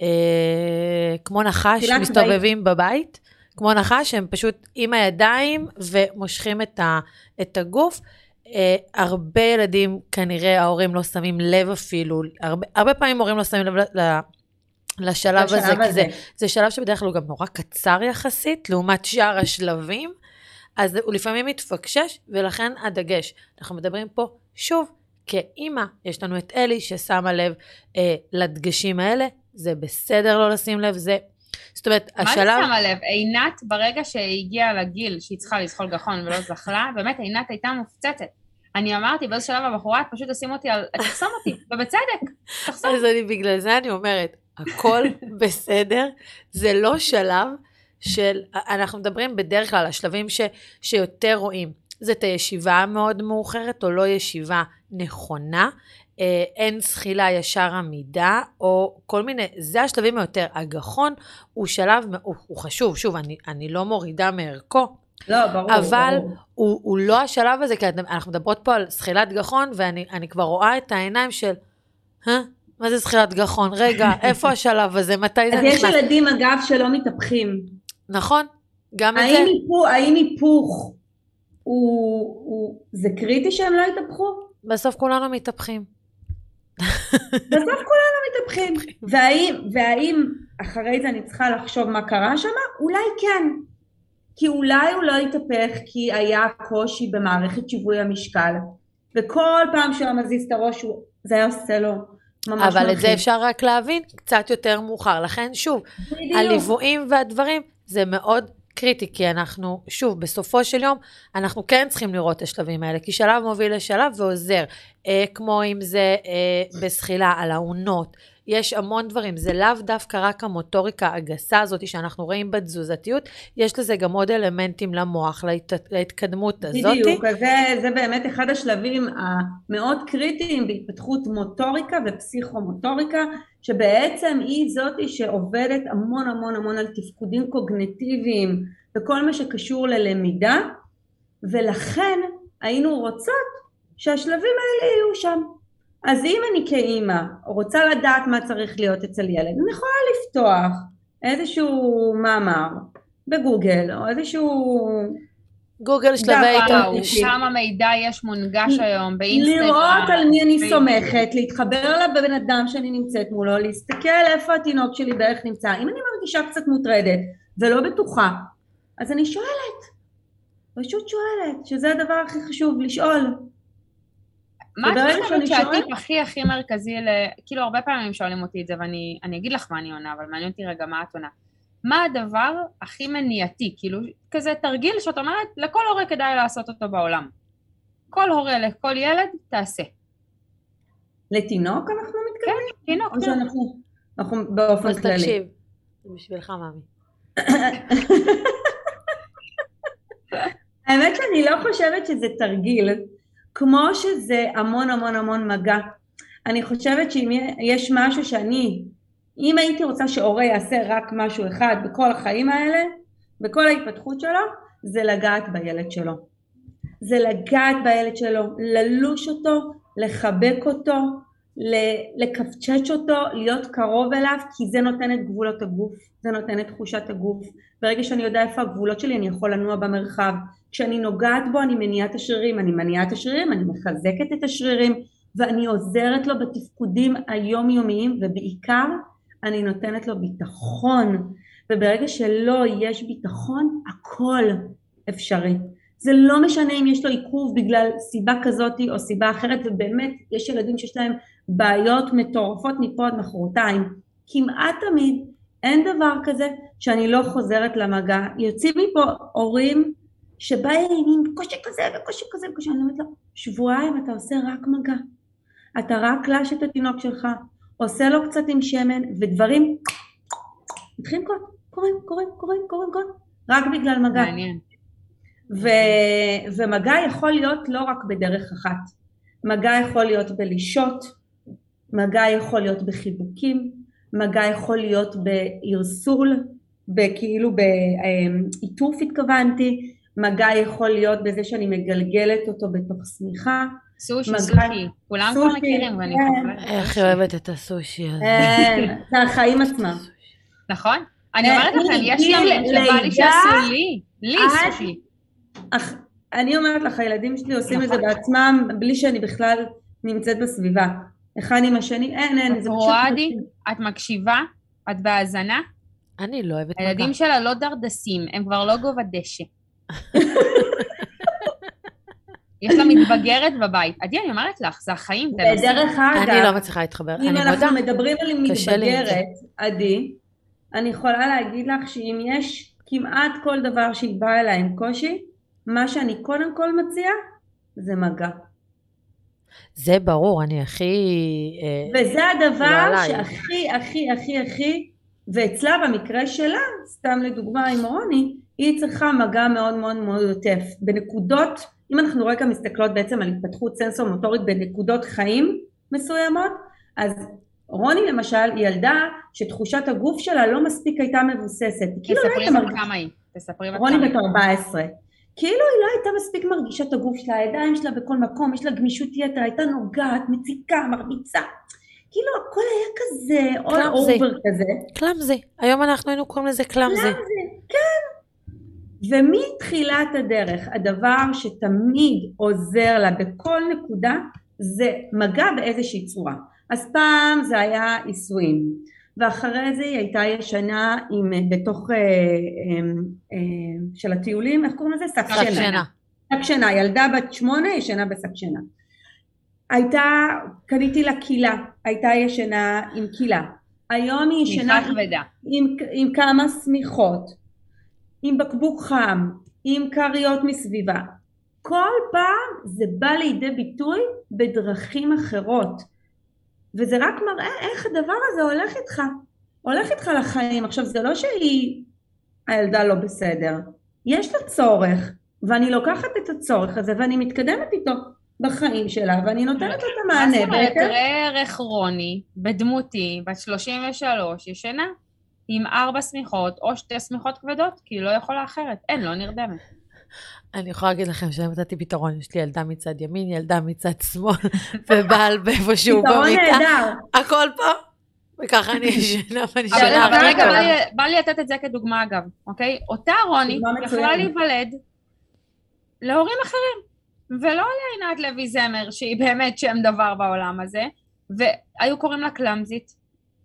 כמו נחש, מסתובבים בבית, כמו נחש, הם פשוט עם הידיים ומושכים את הגוף. הרבה ילדים, כנראה ההורים לא שמים לב אפילו, הרבה פעמים הורים לא שמים לב לשלב הזה, כי זה שלב שבדרך כלל הוא גם נורא קצר יחסית, לעומת שאר השלבים, אז הוא לפעמים מתפקשש, ולכן הדגש. אנחנו מדברים פה שוב, כאמא, יש לנו את אלי ששמה לב לדגשים האלה, זה בסדר לא לשים לב, זאת אומרת, השלב... מה זה שמה לב? עינת, ברגע שהגיעה לגיל שהיא צריכה לזחול גחון ולא זחלה, באמת עינת הייתה מופצצת. אני אמרתי, באיזה שלב הבחורה, את פשוט תשים אותי תחסום אותי, ובצדק, תחסום. אז בגלל זה אני אומרת, הכל בסדר, זה לא שלב של, אנחנו מדברים בדרך כלל, השלבים שיותר רואים, זה את הישיבה המאוד מאוחרת, או לא ישיבה נכונה, אין זחילה ישר עמידה, או כל מיני, זה השלבים היותר. הגחון הוא שלב, הוא חשוב, שוב, אני לא מורידה מערכו, לא, ברור, אבל ברור. הוא לא השלב הזה, כי אנחנו מדברות פה על זחילת גחון, ואני כבר רואה את העיניים של, מה זה זחילת גחון? רגע, איפה השלב הזה? מתי זה נכנס? אז יש ילדים אגב שלא מתהפכים. נכון, גם את זה. האם היפוך זה קריטי שהם לא יתהפכו? בסוף כולנו מתהפכים. בסוף כולנו מתהפכים. והאם אחרי זה אני צריכה לחשוב מה קרה שם? אולי כן. כי אולי הוא לא יתהפך כי היה קושי במערכת שיווי המשקל. וכל פעם שהוא מזיז את הראש, זה היה עושה לו ממש אבל את זה אפשר רק להבין קצת יותר מאוחר. לכן שוב, הליוויים והדברים זה מאוד קריטי, כי אנחנו, שוב, בסופו של יום, אנחנו כן צריכים לראות את השלבים האלה, כי שלב מוביל לשלב ועוזר, כמו אם זה בזחילה על העונות, יש המון דברים, זה לאו דווקא רק המוטוריקה הגסה הזאת, שאנחנו רואים בתזוזתיות, יש לזה גם עוד אלמנטים למוח, להתקדמות הזאת. בדיוק, זה באמת אחד השלבים המאוד קריטיים, בהתפתחות מוטוריקה ופסיכומוטוריקה, שבעצם היא זאת שעובדת המון המון המון על תפקודים קוגניטיביים, וכל מה שקשור ללמידה, ולכן היינו רוצות שהשלבים האלה יהיו שם. אז אם אני כאימא רוצה לדעת מה צריך להיות אצל ילד, אני יכולה לפתוח איזשהו מאמר בגוגל, או איזשהו... גוגל שלבי התאוששות. שם המידע יש מונגש היום באינסטגרם. לראות על מי אני סומכת, להתחבר לבן אדם שאני נמצאת מולו, להסתכל איפה התינוק שלי בערך נמצא. אם אני מרגישה קצת מוטרדת ולא בטוחה, אז אני שואלת. פשוט שואלת, שזה הדבר הכי חשוב, לשאול. מה את חושבת שהטיפ הכי מרכזי, כאילו הרבה פעמים שואלים אותי את זה, ואני אגיד לך מה אני עונה, אבל מעניין אותי רגע מה את עונה. מה הדבר הכי מניעתי, כאילו כזה תרגיל שאת אומרת, לכל הורה כדאי לעשות אותו בעולם. כל הורה, לכל ילד, תעשה. לתינוק אנחנו מתכוונים? כן, תינוק. או שאנחנו באופן כללי? אז תקשיב, זה בשבילך מאמי. האמת שאני לא חושבת שזה תרגיל, כמו שזה המון המון המון מגע. אני חושבת שאם יש משהו אם הייתי רוצה שהורה יעשה רק משהו אחד בכל החיים האלה, בכל ההתפתחות שלו, זה לגעת בילד שלו. זה לגעת בילד שלו, ללוש אותו, לחבק אותו, לקפצ'ץ' אותו, להיות קרוב אליו, כי זה נותן את גבולות הגוף, זה נותן את תחושת הגוף. ברגע שאני יודע איפה הגבולות שלי, אני יכול לנוע במרחב. כשאני נוגעת בו, אני מניעה את השרירים, אני מחזקת את השרירים, ואני עוזרת לו בתפקודים היומיומיים, ובעיקר אני נותנת לו ביטחון. וברגע שלא יש ביטחון, הכל אפשרי. זה לא משנה אם יש לו עיכוב בגלל סיבה כזאת או סיבה אחרת, ובאמת יש ילדים שיש להם בעיות מטורפות מפה עד מחרתיים. כמעט תמיד אין דבר כזה שאני לא חוזרת למגע. יוצאים מפה הורים שבאים עם קושי כזה וקושי כזה וקושי, אני אומרת לו, שבועיים אתה עושה רק מגע. אתה רק לש את התינוק שלך, עושה לו קצת עם שמן, ודברים מתחילים קורים, רק בגלל מגע. מעניין. ומגע יכול להיות לא רק בדרך אחת. מגע יכול להיות בלישות, מגע יכול להיות בחיבוקים, מגע יכול להיות בהרסול, כאילו בעיטוף התכוונתי, מגע יכול להיות בזה שאני מגלגלת אותו בתוך סמיכה. סושי, כולם כבר מכירים ואני חושבת. איך אוהבת את הסושי הזה. זה החיים עצמם. נכון? אני אומרת לכם, יש ימים שבא לי שעשו לי סושי. אני אומרת לך, הילדים שלי עושים את זה בעצמם, בלי שאני בכלל נמצאת בסביבה. אחד עם השני, אין, זה פשוט... את מקשיבה? את בהאזנה? אני לא אוהבת מגע. הילדים שלה לא דרדסים, הם כבר לא גובה דשא. יש לה מתבגרת בבית. עדי, אני אומרת לך, זה החיים. בדרך אגב, אני לא מצליחה להתחבר. אם אנחנו מדברים על מתבגרת, עדי, אני יכולה להגיד לך שאם יש כמעט כל דבר שהיא באה אליי עם קושי, מה שאני קודם כל מציעה, זה מגע. זה ברור, אני הכי... וזה הדבר שהכי, ואצלה במקרה שלה, סתם לדוגמה עם רוני, היא צריכה מגע מאוד מאוד מאוד עוטף. בנקודות, אם אנחנו רואים כאן מסתכלות בעצם על התפתחות סנסור-מוטורית בנקודות חיים מסוימות, אז רוני למשל היא ילדה שתחושת הגוף שלה לא מספיק הייתה מבוססת. תספרי בת כמה היא. רוני בת 14. כאילו היא לא הייתה מספיק מרגישה את הגוף שלה, הידיים שלה בכל מקום, יש לה גמישות יתר, הייתה נוגעת, מציקה, מרביצה. כאילו הכל היה כזה, all over כזה. קלאמזי. היום אנחנו היינו קוראים לזה קלאמזי. כן. ומתחילת הדרך, הדבר שתמיד עוזר לה בכל נקודה, זה מגע באיזושהי צורה. אז פעם זה היה עיסויים, ואחרי זה היא הייתה ישנה בתוך של הטיולים, איך קוראים לזה? שק שינה. שק שינה, ילדה בת 8 ישנה בשק שינה. קניתי לה קילה, הייתה ישנה עם קילה. היום היא ישנה עם כמה סמיכות, עם בקבוק חם, עם קריות מסביבה. כל פעם זה בא לידי ביטוי בדרכים אחרות. וזה רק מראה איך הדבר הזה הולך איתך לחיים. עכשיו זה לא הילדה לא בסדר, יש לה צורך, ואני לוקחת את הצורך הזה ואני מתקדמת איתו בחיים שלה, ואני נותנת לה את המענה. מה זאת אומרת, תראה ערך רוני בדמותי בת 33 ישנה עם 4 סמיכות או 2 סמיכות כבדות, כי היא לא יכולה אחרת, לא נרדמת. אני יכולה להגיד לכם שנתתי פתרון, יש לי ילדה מצד ימין, ילדה מצד שמאל, ובעל באיפשהו במיטה, הכל פה, וככה אני ישנה, ואני ישנה. אבל רגע, בא לי לתת את זה כדוגמה אגב, אוקיי? אותה רוני יכולה להיוולד להורים אחרים, ולא לעינת לוי זמר, שהיא באמת שם דבר בעולם הזה, והיו קוראים לה קלאמזית,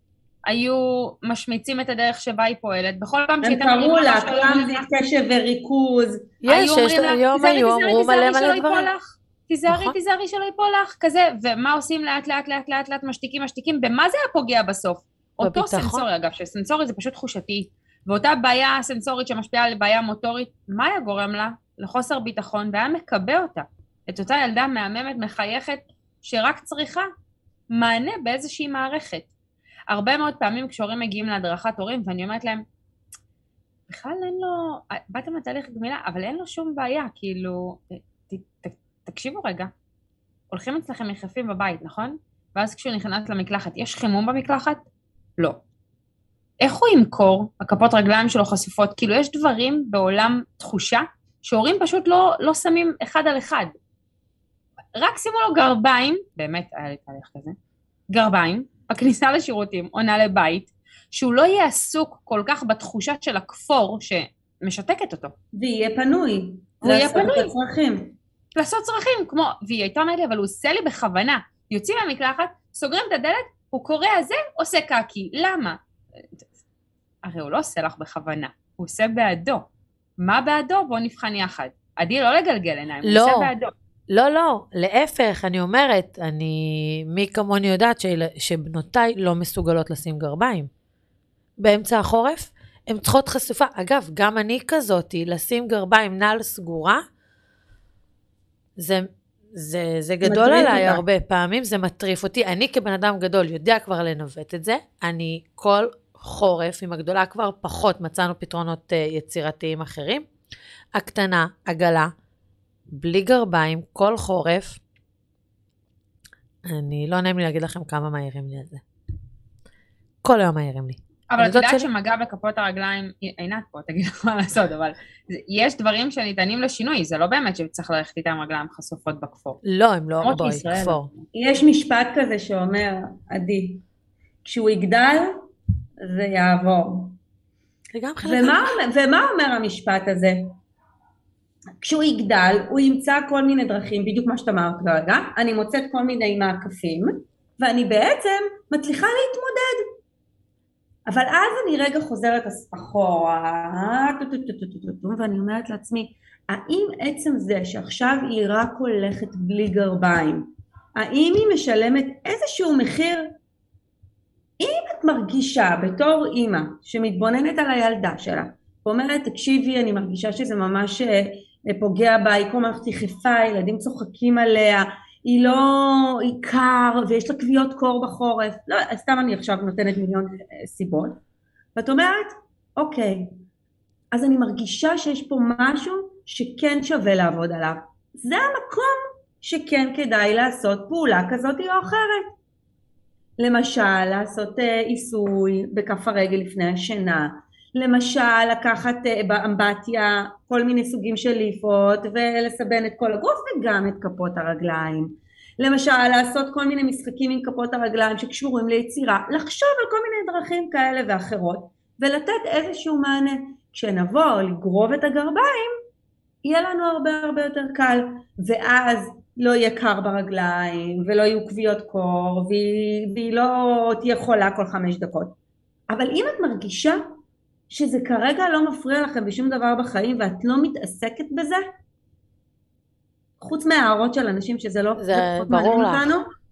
היו משמיצים את הדרך שבה היא פועלת, בכל פעם הם קראו לה, טרנזיט, קשב וריכוז. היום היו אמרו מלא דברים. תיזהרי שלא ייפול לך, כזה, ומה עושים לאט, משתיקים, במה זה היה פוגע בסוף? אותו סנסורי, אגב, שסנסורי זה פשוט חושתי, ואותה בעיה סנסורית שמשפיעה על בעיה מוטורית, מה היה גורם לה? לחוסר ביטחון, והיה מקבע אותה. את אותה ילדה מהממת, מחייכת, שרק צריכה מענה באיזושהי מערכת. הרבה מאוד פעמים כשהורים מגיעים להדרכת הורים, ואני אומרת להם, בכלל אין לו, באתם לתהליך גמילה, אבל אין לו שום בעיה, כאילו, תקשיבו רגע, הולכים אצלכם יחפים בבית, נכון? ואז כשהוא נכנס למקלחת, יש חימום במקלחת? לא. איך הוא ימכור? הכפות רגליים שלו חשופות, כאילו יש דברים בעולם תחושה, שהורים פשוט לא שמים אחד על אחד. רק שימו לו גרביים, באמת היה לי תהליך כזה, גרביים, בכניסה לשירותים, עונה לבית, שהוא לא יהיה עסוק כל כך בתחושה של הכפור שמשתקת אותו. ויהיה פנוי. לעשות צרכים, כמו, והיא הייתה אומרת לי, אבל הוא עושה לי בכוונה. יוצאים מהמקלחת, סוגרים את הדלת, הוא קורא הזה, עושה קקי. למה? הרי הוא לא עושה לך בכוונה, הוא עושה בעדו. מה בעדו? בואו נבחן יחד. עדי לא לגלגל עיניים, הוא עושה בעדו. לא, להפך, אני אומרת, מי כמוני יודעת שבנותיי לא מסוגלות לשים גרביים. באמצע החורף, הן צריכות חשופה. אגב, גם אני כזאתי, לשים גרביים נעל סגורה, זה גדול עליי הרבה פעמים, זה מטריף אותי. אני כבן אדם גדול יודע כבר לנווט את זה, אני כל חורף, עם הגדולה כבר פחות, מצאנו פתרונות יצירתיים אחרים. הקטנה, עגלה, בלי גרביים, כל חורף, אני לא נעים לי להגיד לכם כמה מהירים לי על זה. כל היום מהירים לי. אבל את יודעת שמגע בכפות הרגליים, עינת פה, תגיד לך מה לעשות, אבל יש דברים שניתנים לשינוי, זה לא באמת שצריך ללכת איתם רגליים חשופות בכפור. לא, הם לא בואי, כפור. יש משפט כזה שאומר, עדי, כשהוא יגדל, זה יעבור. ומה אומר המשפט הזה? כשהוא יגדל, הוא ימצא כל מיני דרכים, בדיוק מה שאתה אמרת כרגע, אני מוצאת כל מיני מעקפים, ואני בעצם מצליחה להתמודד. אבל אז אני רגע חוזרת אחורה, ואני אומרת לעצמי, האם עצם זה שעכשיו היא רק הולכת בלי גרביים, האם היא משלמת איזשהו מחיר? אם את מרגישה בתור אימא שמתבוננת על הילדה שלה, ואומרת, תקשיבי, אני מרגישה שזה ממש פוגע בה, היא כל מערכת יחפה, ילדים צוחקים עליה, היא קר, ויש לה כוויות קור בחורף, לא, סתם אני עכשיו נותנת מיליון סיבות, ואת אומרת, אוקיי, אז אני מרגישה שיש פה משהו שכן שווה לעבוד עליו, זה המקום שכן כדאי לעשות פעולה כזאת או אחרת, למשל לעשות עיסוי בכף הרגל לפני השינה, למשל לקחת באמבטיה כל מיני סוגים של ליפות ולסבן את כל הגוף וגם את כפות הרגליים, למשל לעשות כל מיני משחקים עם כפות הרגליים שקשורים ליצירה, לחשוב על כל מיני דרכים כאלה ואחרות ולתת איזשהו מענה. כשנבוא לגרוב את הגרביים יהיה לנו הרבה יותר קל, ואז לא יהיה קר ברגליים ולא יהיו כוויות קור והיא לא תהיה חולה כל 5 דקות. אבל אם את מרגישה שזה כרגע לא מפריע לכם בשום דבר בחיים ואת לא מתעסקת בזה, חוץ מהערות של אנשים שזה לא ברור לך,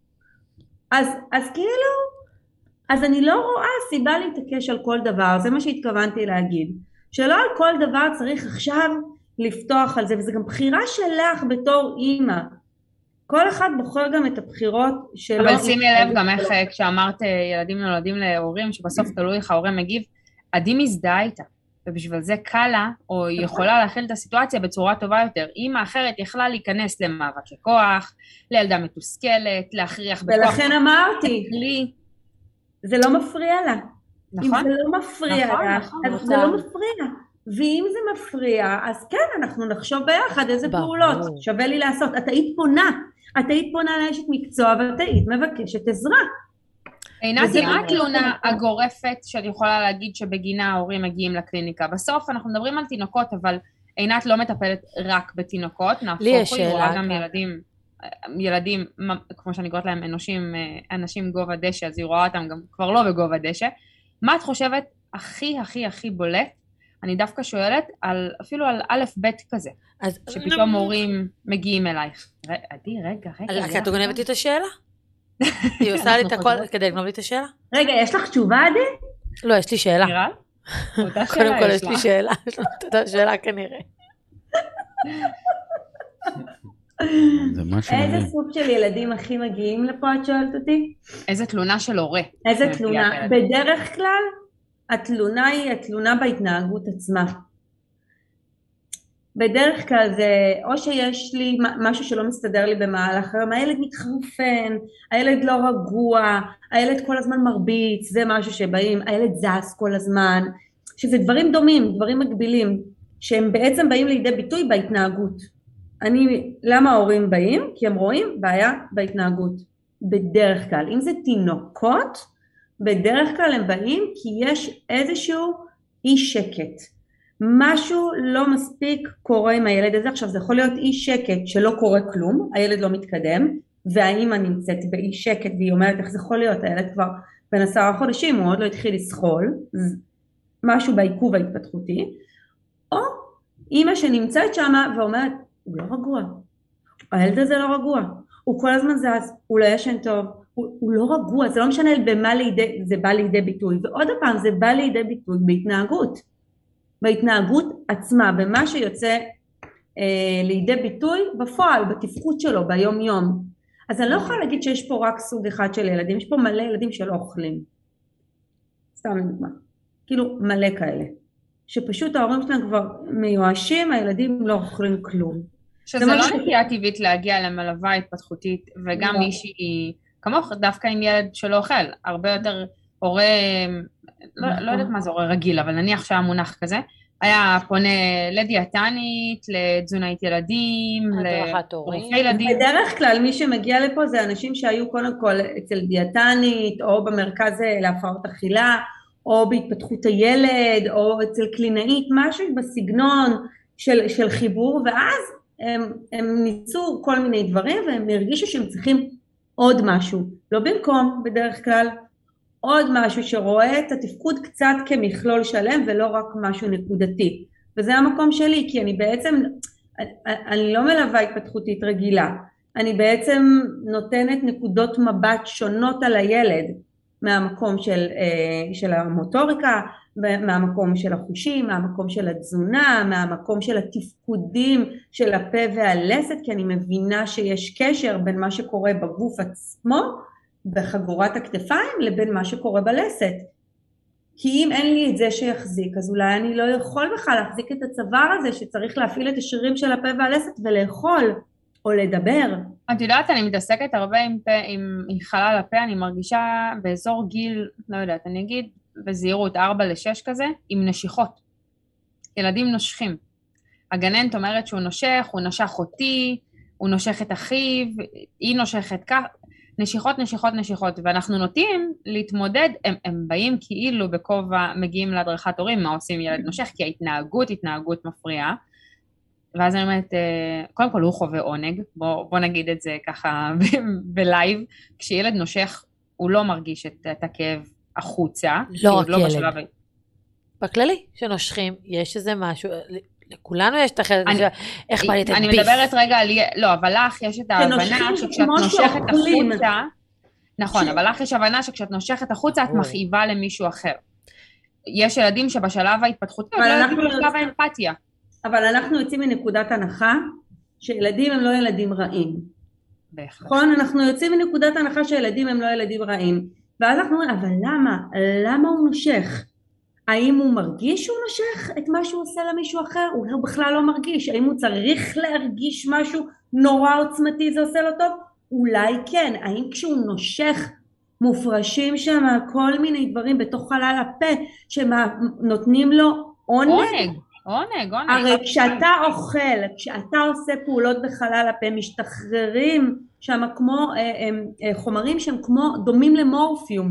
אז כאילו, אז אני לא רואה סיבה להתעקש על כל דבר, זה מה שהתכוונתי להגיד, שלא על כל דבר צריך עכשיו לפתוח על זה, וזה גם בחירה שלך בתור אימא, כל אחד בוחר גם את הבחירות שלו. אבל שימי לב גם איך כשאמרת ילדים נולדים להורים, שבסוף תלוי איך ההורה מגיב, עדי מזדהה איתה, ובשביל זה קלה, או יכולה להכיל את הסיטואציה בצורה טובה יותר. אמא אחרת יכלה להיכנס למאבק כוח, לילדה מתוסכלת, להכריח בכוח. ולכן אמרתי, זה לא מפריע לה. נכון. אם זה לא מפריע לה, אז זה לא מפריע. ואם זה מפריע, אז כן, אנחנו נחשוב ביחד איזה פעולות שווה לי לעשות. את היית פונה לאשת מקצוע, ואת היית מבקשת עזרה. עינת, היא רק תלונה הגורפת שאני יכולה להגיד שבגינה ההורים מגיעים לקליניקה. בסוף אנחנו מדברים על תינוקות, אבל עינת לא מטפלת רק בתינוקות, נהפוך היא רואה גם ילדים. ילדים, כמו שאני קוראת להם, אנשים גובה דשא, אז היא רואה אותם גם כבר לא בגובה דשא. מה את חושבת הכי הכי הכי בולט? אני דווקא שואלת אפילו על א' ב' כזה, שפתאום מורים מגיעים אלייך. עדי, רגע. כי את גונבת לי את השאלה? היא עושה לי את הכל כדי לגנוב לי את השאלה? רגע, יש לך תשובה, עדי? לא, יש לי שאלה. נראה? קודם כל יש לי שאלה, יש לי את השאלה כנראה. איזה סוג של ילדים הכי מגיעים לפה, את שואלת אותי? איזה תלונה של הורה. איזה תלונה? בדרך כלל, התלונה היא התלונה בהתנהגות עצמה. בדרך כלל זה, או שיש לי משהו שלא מסתדר לי במהלך היום, הילד מתחרפן, הילד לא רגוע, הילד כל הזמן מרביץ, זה משהו שבאים, הילד זז כל הזמן, שזה דברים דומים, דברים מקבילים, שהם בעצם באים לידי ביטוי בהתנהגות. למה ההורים באים? כי הם רואים בעיה בהתנהגות. בדרך כלל, אם זה תינוקות, בדרך כלל הם באים כי יש איזשהו אי שקט. משהו לא מספיק קורה עם הילד הזה. עכשיו זה יכול להיות אי שקט שלא קורה כלום, הילד לא מתקדם, והאמא נמצאת באי שקט והיא אומרת איך זה יכול להיות, הילד כבר בין 10 חודשים, הוא עוד לא התחיל לסחול, משהו בעיכוב ההתפתחותי, או אמא שנמצאת שמה ואומרת, הוא לא רגוע, הילד הזה לא רגוע, הוא כל הזמן זז, הוא לא ישן טוב, הוא לא רגוע, זה לא משנה במה זה בא לידי ביטוי, ועוד הפעם זה בא לידי ביטוי בהתנהגות עצמה, במה שיוצא לידי ביטוי בפועל, בתפקוד שלו, ביום יום. אז אני לא יכולה להגיד שיש פה רק סוג אחד של ילדים, יש פה מלא ילדים שלא אוכלים. סתם לדוגמה. כאילו מלא כאלה. שפשוט ההורים שלהם כבר מיואשים, הילדים לא אוכלים כלום. שזה לא נטייה טבעית להגיע למלווה התפתחותית, וגם מישהי כמוך דווקא עם ילד שלא אוכל, הרבה יותר הורה, לא יודעת מה זה הורה רגיל, אבל נניח שהיה מונח כזה, היה פונה לדיאטנית, לתזונאית ילדים, לרופא ילדים. בדרך כלל מי שמגיע לפה זה אנשים שהיו קודם כל אצל דיאטנית, או במרכז להפרעות אכילה, או בהתפתחות הילד, או אצל קלינאית, משהו בסגנון של חיבור, ואז הם ניסו כל מיני דברים, והם הרגישו שהם צריכים עוד משהו, לא במקום בדרך כלל, עוד משהו שרואה את התפקוד קצת כמכלול שלם, ולא רק משהו נקודתי. וזה המקום שלי, כי אני בעצם, אני לא מלווה התפתחותית רגילה, אני בעצם נותנת נקודות מבט שונות על הילד, מהמקום של המוטוריקה, מהמקום של החושים, מהמקום של התזונה, מהמקום של התפקודים של הפה והלסת, כי אני מבינה שיש קשר בין מה שקורה בגוף עצמו, בחגורת הכתפיים, לבין מה שקורה בלסת. כי אם אין לי את זה שיחזיק, אז אולי אני לא יכול בכלל להחזיק את הצוואר הזה, שצריך להפעיל את השרירים של הפה והלסת ולאכול, או לדבר. את יודעת, אני מתעסקת הרבה עם חלל הפה, אני מרגישה באזור גיל, לא יודעת, אני אגיד בזהירות 4-6 כזה, עם נשיכות. ילדים נושכים. הגננת אומרת שהוא נושך, הוא נשך אותי, הוא נושך את אחיו, היא נושכת כך, נשיכות, ואנחנו נוטים להתמודד, הם באים כאילו בכובע, מגיעים להדרכת הורים, מה עושים ילד נושך, כי התנהגות מפריעה, ואז אני אומרת, קודם כל הוא חווה עונג, בוא נגיד את זה ככה בלייב, כשילד נושך הוא לא מרגיש את הכאב החוצה. לא רק ילד. בכללי, שנושכים, יש איזה משהו, לכולנו יש את החלק, איך בא לי את הביס. אני מדברת רגע על, לא, אבל לך יש את ההבנה שכשאת נושכת החוצה, נכון, אבל לך יש הבנה שכשאת נושכת החוצה, את מכאיבה למישהו אחר. יש ילדים שבשלב ההתפתחותי, לא יודעים בשלב האמפתיה. אבל אנחנו יוצאים מנקודת הנחה, שילדים הם לא ילדים רעים. נכון, אנחנו יוצאים מנקודת הנחה שילדים הם לא ילדים רעים. ואז אנחנו אומרים, אבל למה הוא נושך? האם הוא מרגיש שהוא נושך את מה שהוא עושה למישהו אחר? אולי הוא בכלל לא מרגיש. האם הוא צריך להרגיש משהו נורא עוצמתי, זה עושה לו טוב? אולי כן. האם כשהוא נושך מופרשים שם כל מיני דברים בתוך חלל הפה, שנותנים לו עונג? עונג. הרי כשאתה אוכל, כשאתה עושה פעולות בחלל הפה, משתחררים שם כמו חומרים שהם כמו דומים למורפיום,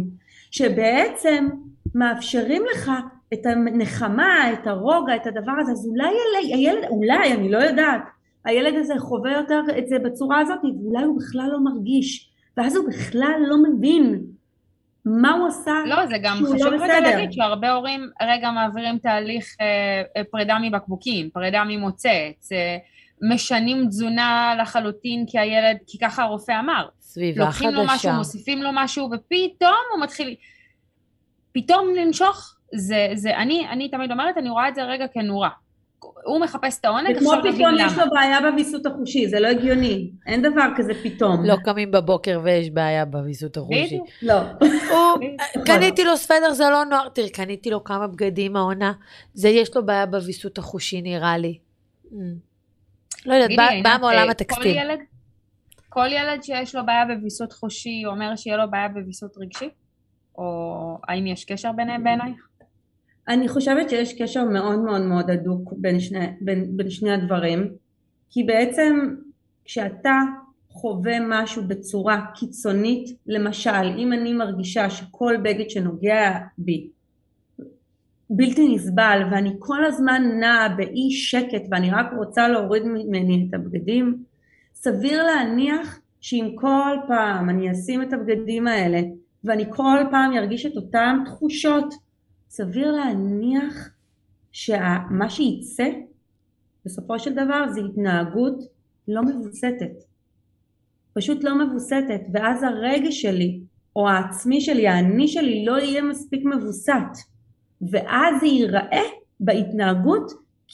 שבעצם מאפשרים לך את הנחמה, את הרוגע, את הדבר הזה. אז אולי הילד, אני לא יודעת, הילד הזה חווה יותר את זה בצורה הזאת, ואולי הוא בכלל לא מרגיש, ואז הוא בכלל לא מבין מה הוא עשה. לא, זה גם חשוב רגע להגיד שהרבה הורים רגע מעבירים תהליך פרידה מבקבוקים, פרידה ממוצץ, משנים תזונה לחלוטין כי ככה הרופא אמר. סביבה חדשה. לוקחים לו משהו, מוסיפים לו משהו, ופתאום הוא מתחיל, פתאום לנשוך, אני תמיד אומרת, אני רואה את זה רגע כנורא. הוא מחפש את העונג, וכמו פתאום יש לו בעיה בוויסות החושי, זה לא הגיוני, אין דבר כזה פתאום. לא קמים בבוקר ויש בעיה בוויסות החושי. לא. קניתי לו סוודר, זה לא נוער, תראי, קניתי לו כמה בגדים העונה, יש לו בעיה בוויסות החושי נראה לי. לא יודעת, באה מעולם הטקסטיל. כל ילד שיש לו בעיה בוויסות חושי, אומר שיהיה לו בעיה בוויסות רגשי? או האם יש קשר ביניהם בעינייך? אני חושבת שיש קשר מאוד מאוד מאוד הדוק בין שני הדברים, כי בעצם כשאתה חווה משהו בצורה קיצונית, למשל אם אני מרגישה שכל בגד שנוגע בי בלתי נסבל ואני כל הזמן נעה באי שקט ואני רק רוצה להוריד ממני את הבגדים, סביר להניח שאם כל פעם אני אשים את הבגדים האלה ואני כל פעם ירגיש את אותן תחושות, סביר להניח שמה שיצא בסופו של דבר זה התנהגות לא מבוסתת, פשוט לא מבוסתת, ואז הרגש שלי או העצמי שלי, האני שלי לא יהיה מספיק מבוסת, ואז זה ייראה בהתנהגות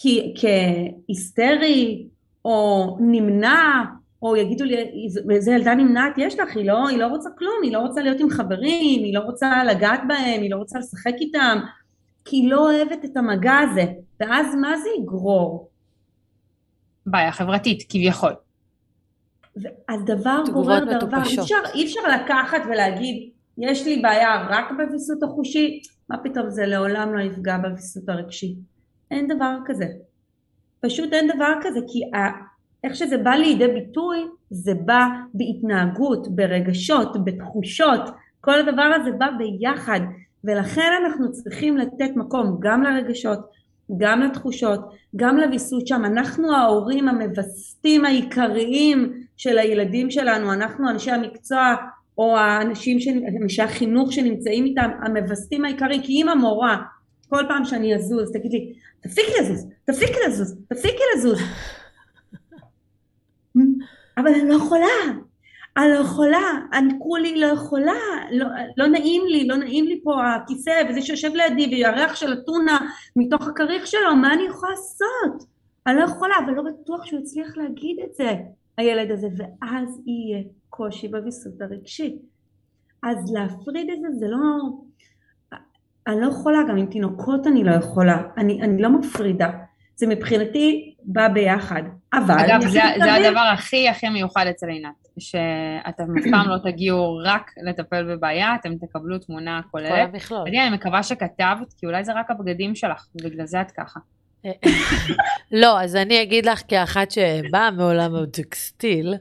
כהיסטרי או נמנע, או יגידו לי, איזה ילדה נמנעת יש לך, היא לא רוצה כלום, היא לא רוצה להיות עם חברים, היא לא רוצה לגעת בהם, היא לא רוצה לשחק איתם, כי היא לא אוהבת את המגע הזה, ואז מה זה יגרור? בעיה חברתית, כביכול. אז דבר גורר דבר, אי אפשר לקחת ולהגיד, יש לי בעיה רק בוויסות החושי, מה פתאום זה לעולם לא יפגע בוויסות הרגשי? אין דבר כזה. פשוט אין דבר כזה, כי איך שזה בא לידי ביטוי, זה בא בהתנהגות, ברגשות, בתחושות, כל הדבר הזה בא ביחד, ולכן אנחנו צריכים לתת מקום גם לרגשות, גם לתחושות, גם לוויסות שם. אנחנו ההורים המבסטים העיקריים של הילדים שלנו, אנחנו אנשי המקצוע, או אנשי החינוך שנמצאים איתם, המבסטים העיקרי, כי אם המורה, כל פעם שאני אזוז, תגיד לי, תפסיקי לזוז, תפסיקי לזוז, תפסיקי לזוז. אבל אני לא יכולה, ענקו לי, לא יכולה, לא נעים לי פה הכיסא, וזה שיושב לידי, והריח של הטונה מתוך הכריך שלו, מה אני יכולה לעשות? אני לא יכולה, אבל לא בטוח שהוא יצליח להגיד את זה, הילד הזה, ואז יהיה קושי בוויסות הרגשי. אז להפריד את זה לא, אני לא יכולה, גם עם תינוקות אני לא יכולה, אני לא מפרידה, זה מבחינתי בא ביחד, אבל... אגב, זה הדבר הכי מיוחד אצל עינת, שאתם אף פעם לא תגיעו רק לטפל בבעיה, אתם תקבלו תמונה כוללת. כל המכלול. אני מקווה שכתבת, כי אולי זה רק הבגדים שלך, ובגלל זה את ככה. לא, אז אני אגיד לך כאחת שבאה מעולם הטקסטיל,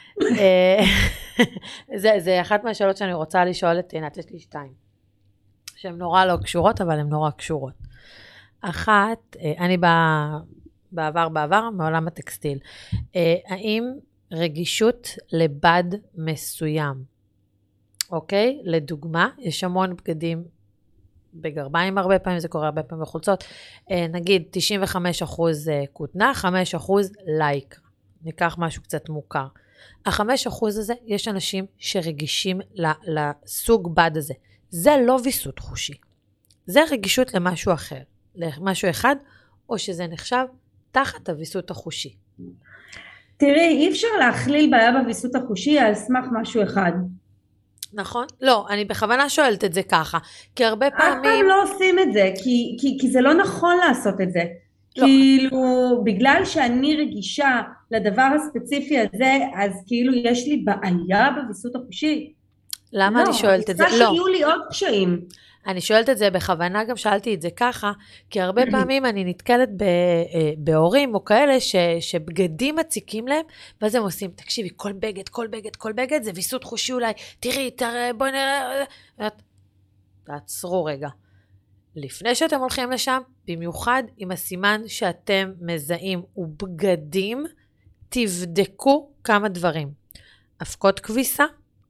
זה אחת מהשאלות שאני רוצה לשאול את עינת, יש לי 2, שהן נורא לא קשורות, אבל הן נורא קשורות. אחת, אני בעבר מעולם הטקסטיל, האם רגישות לבד מסוים, אוקיי? לדוגמה, יש המון בגדים בגרביים, הרבה פעמים זה קורה, הרבה פעמים בחולצות, נגיד 95% כותנה, 5% לייק, ניקח משהו קצת מוכר. 5% הזה, יש אנשים שרגישים לסוג בד הזה. זה לא ויסות חושי. זה רגישות למשהו אחר, למשהו אחד, או שזה נחשב תחת הוויסות החושי. תראי, אי אפשר להכליל בעיה בוויסות החושי על סמך משהו אחד. נכון? לא, אני בכוונה שואלת את זה ככה, כי הרבה פעמים... אף פעם לא עושים את זה, כי זה לא נכון לעשות את זה. לא. כאילו, בגלל שאני רגישה לדבר הספציפי הזה, אז כאילו יש לי בעיה בוויסות החושי. למה אני שואלת את זה? לא, שיהיו לי עוד קשיים. אני שואלת את זה בכוונה, גם שאלתי את זה ככה, כי הרבה פעמים אני נתקלת בהורים או כאלה שבגדים מציקים להם, ואז הם עושים, תקשיבי, כל בגד, זה ויסות חושי אולי, תראי, בואי נראה, תעצרו רגע. לפני שאתם הולכים לשם, במיוחד עם הסימן שאתם מזהים ובגדים, תבדקו כמה דברים. אבקות כביסה,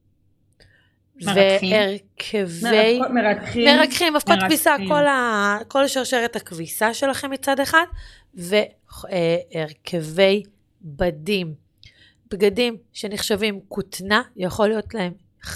מרככים, אבקות כביסה, כל שרשרת הכביסה שלכם מצד אחד, והרכבי בדים. בגדים שנחשבים כותנה, יכול להיות להם 5%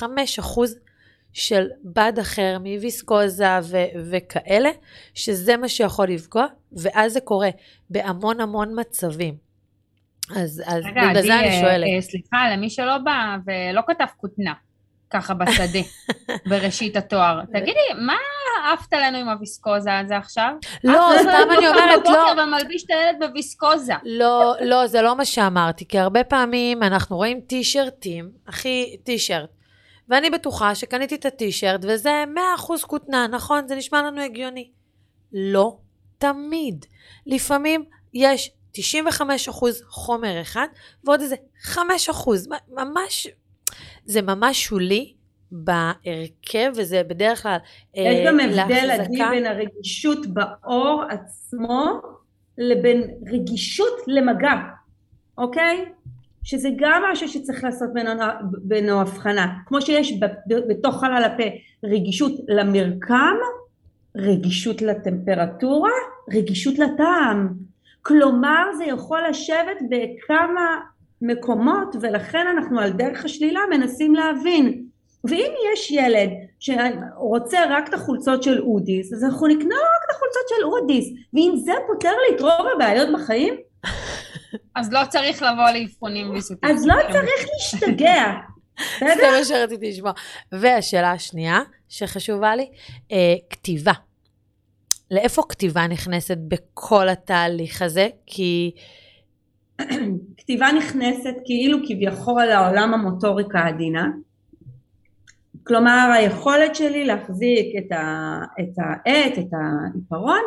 של בד אחר מוויסקוזה וכאלה, שזה מה שיכול לפגוע, ואז זה קורה בהמון המון מצבים. אז בגלל זה אני שואלת. סליחה, למי שלא בא ולא כתב כותנה, ככה בשדה, בראשית התואר. תגידי, מה אהבת לנו עם הוויסקוזה הזה עכשיו? לא, סתם אני אומרת, לא. ומלביש את הילד בוויסקוזה. לא, זה לא מה שאמרתי, כי הרבה פעמים אנחנו רואים טישרטים, הכי טישרט, ואני בטוחה שקניתי את הטישרט, וזה 100% כותנה, נכון? זה נשמע לנו הגיוני. לא תמיד. לפעמים יש 95% חומר אחד, ועוד איזה 5%, ממש, זה ממש שולי בהרכב, וזה בדרך כלל יש גם הבדל עדי בין הרגישות באור עצמו, לבין רגישות למגע, אוקיי? שזה גם משהו שצריך לעשות בינו הבחנה, כמו שיש בתוך חלל הפה רגישות למרקם, רגישות לטמפרטורה, רגישות לטעם, כלומר זה יכול לשבת בכמה מקומות, ולכן אנחנו על דרך השלילה מנסים להבין, ואם יש ילד שרוצה רק את החולצות של אודיס, אז אנחנו נקנה רק את החולצות של אודיס, ואם זה פותר לי את רוב הבעיות בחיים, אז לא צריך לבוא לאבחונים ויסותים. אז לא צריך להשתגע. זה מה שרציתי לשמוע. והשאלה השנייה שחשובה לי, כתיבה. לאיפה כתיבה נכנסת בכל התהליך הזה? כי כתיבה נכנסת כאילו כביכול לעולם המוטוריקה העדינה. כלומר, היכולת שלי להחזיק את העט, את העיפרון,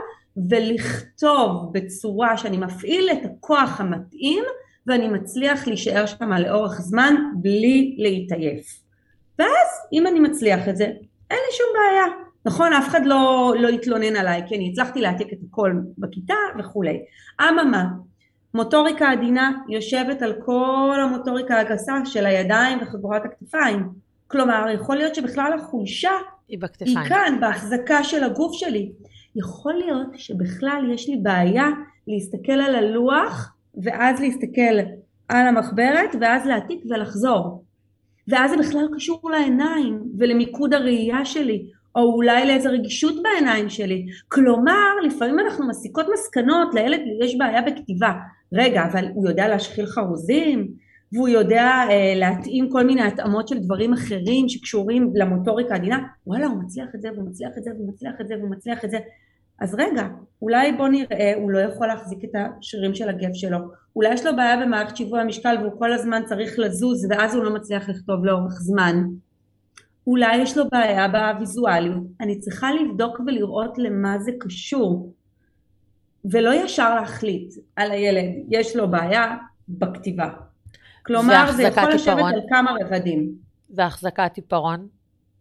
ולכתוב בצורה שאני מפעיל את הכוח המתאים, ואני מצליח להישאר שם לאורך זמן בלי להתעייף. ואז אם אני מצליח את זה, אין לי שום בעיה. נכון, אף אחד לא יתלונן עליי, כי אני הצלחתי להעתיק את הכל בכיתה וכולי. אממה, מוטוריקה עדינה יושבת על כל המוטוריקה הגסה של הידיים וחגורת הכתפיים. כלומר, יכול להיות שבכלל החולשה היא כאן, בהחזקה של הגוף שלי. יכול להיות שבכלל יש לי בעיה להסתכל על הלוח, ואז להסתכל על המחברת, ואז להעתיק ולחזור. ואז זה בכלל קשור לעיניים, ולמיקוד הראייה שלי, או אולי לאיזו רגישות בעיניים שלי. כלומר, לפעמים אנחנו מסיקות מסקנות, לילד יש בעיה בכתיבה. רגע, אבל הוא יודע להשחיל חרוזים, והוא יודע להתאים כל מיני התאמות של דברים אחרים שקשורים למוטוריקה העדינה. וואלה, הוא מצליח את זה, והוא מצליח את זה, והוא מצליח את זה, והוא מצליח את זה. אז רגע, אולי בוא נראה, הוא לא יכול להחזיק את השרירים של הגב שלו. אולי יש לו בעיה במערכת שיווי המשקל, והוא כל הזמן צריך לזוז, ואז הוא לא מצליח לכתוב לאורך זמן. אולי יש לו בעיה בוויזואליות. אני צריכה לבדוק ולראות למה זה קשור. ולא ישר להחליט על הילד, יש לו בעיה בכתיבה. כלומר, זה יכול לשבת על כמה רבדים. והחזקת עיפרון?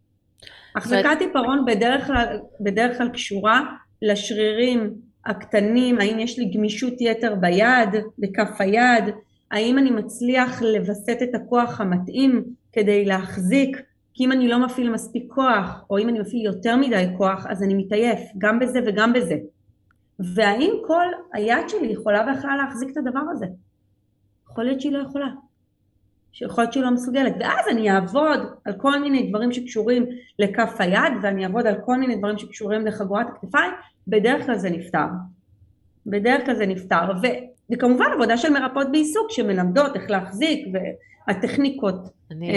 החזקת עיפרון בדרך כלל קשורה לשרירים הקטנים, האם יש לי גמישות יתר ביד, בכף היד, האם אני מצליח לבסט את הכוח המתאים כדי להחזיק, כי אם אני לא מפעיל מספיק כוח, או אם אני מפעיל יותר מדי כוח, אז אני מתעייף, גם בזה וגם בזה. והאם כל היד שלי יכולה בכלל להחזיק את הדבר הזה? יכול להיות שהיא לא יכולה. שיכול להיות שהיא לא מסוגלת, ואז אני אעבוד על כל מיני דברים שקשורים לכף היד, ואני אעבוד על כל מיני דברים שקשורים לחגורת הכתפיים, בדרך כלל זה נפתר. בדרך כלל זה נפתר, וכמובן עבודה של מרפאות בעיסוק, שמלמדות איך להחזיק, והטכניקות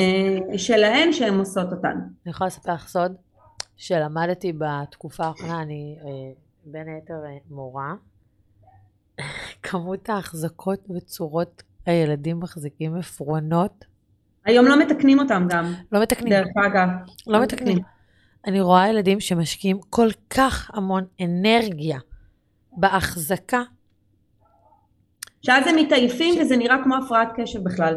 שלהן שהן עושות אותן. אני יכולה לספר לך סוד, שלמדתי בתקופה האחרונה, אני בין היתר מורה, כמות ההחזקות וצורות הילדים מחזיקים מפרונות. היום לא מתקנים אותם גם. לא מתקנים. דרך אגב. לא מתקנים. אני רואה ילדים שמשקיעים כל כך המון אנרגיה בהחזקה. שאז הם מתעייפים וזה נראה כמו הפרעת קשב בכלל.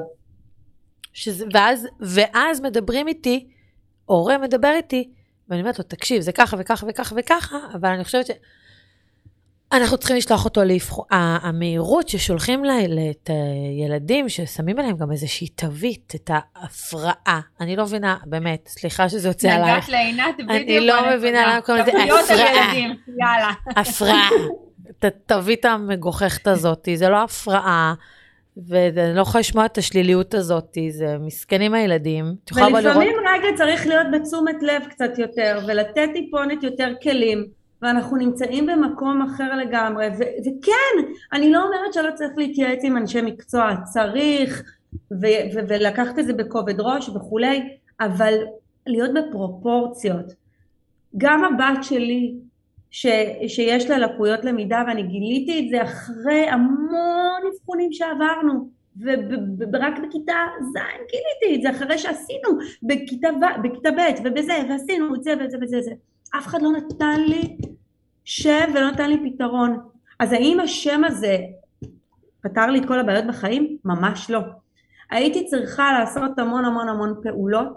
ואז מדברים איתי, הורה מדבר איתי, ואני אומרת לו, תקשיב, זה ככה וככה וככה וככה, אבל אני חושבת אנחנו צריכים לשלוח אותו המהירות ששולחים את הילדים, ששמים עליהם גם איזושהי תווית, את ההפרעה. אני לא מבינה, באמת, סליחה שזה יוצא עלייך. נגעת לעינת בדיוק. אני לא מבינה למה קוראים לזה הפרעה. הפרעה. את התווית המגוחכת הזאת, זה לא הפרעה, ואני לא יכולה לשמוע את השליליות הזאת, זה מסכנים הילדים. ולפעמים רגע צריך להיות בתשומת לב קצת יותר, ולתת טיפונת יותר כלים, ואנחנו נמצאים במקום אחר לגמרי, וכן, אני לא אומרת שלא צריך להתייעץ עם אנשי מקצוע, צריך, ולקחת את זה בכובד ראש וכולי, אבל להיות בפרופורציות. גם הבת שלי, שיש לה לקויות למידה, ואני גיליתי את זה אחרי המון אבחונים שעברנו, ורק בכיתה ז' גיליתי את זה, אחרי שעשינו בכיתה ב' ובזה, ועשינו את זה וזה וזה וזה. אף אחד לא נתן לי שם ולא נתן לי פתרון. אז האם השם הזה פתר לי את כל הבעיות בחיים? ממש לא. הייתי צריכה לעשות המון המון המון פעולות,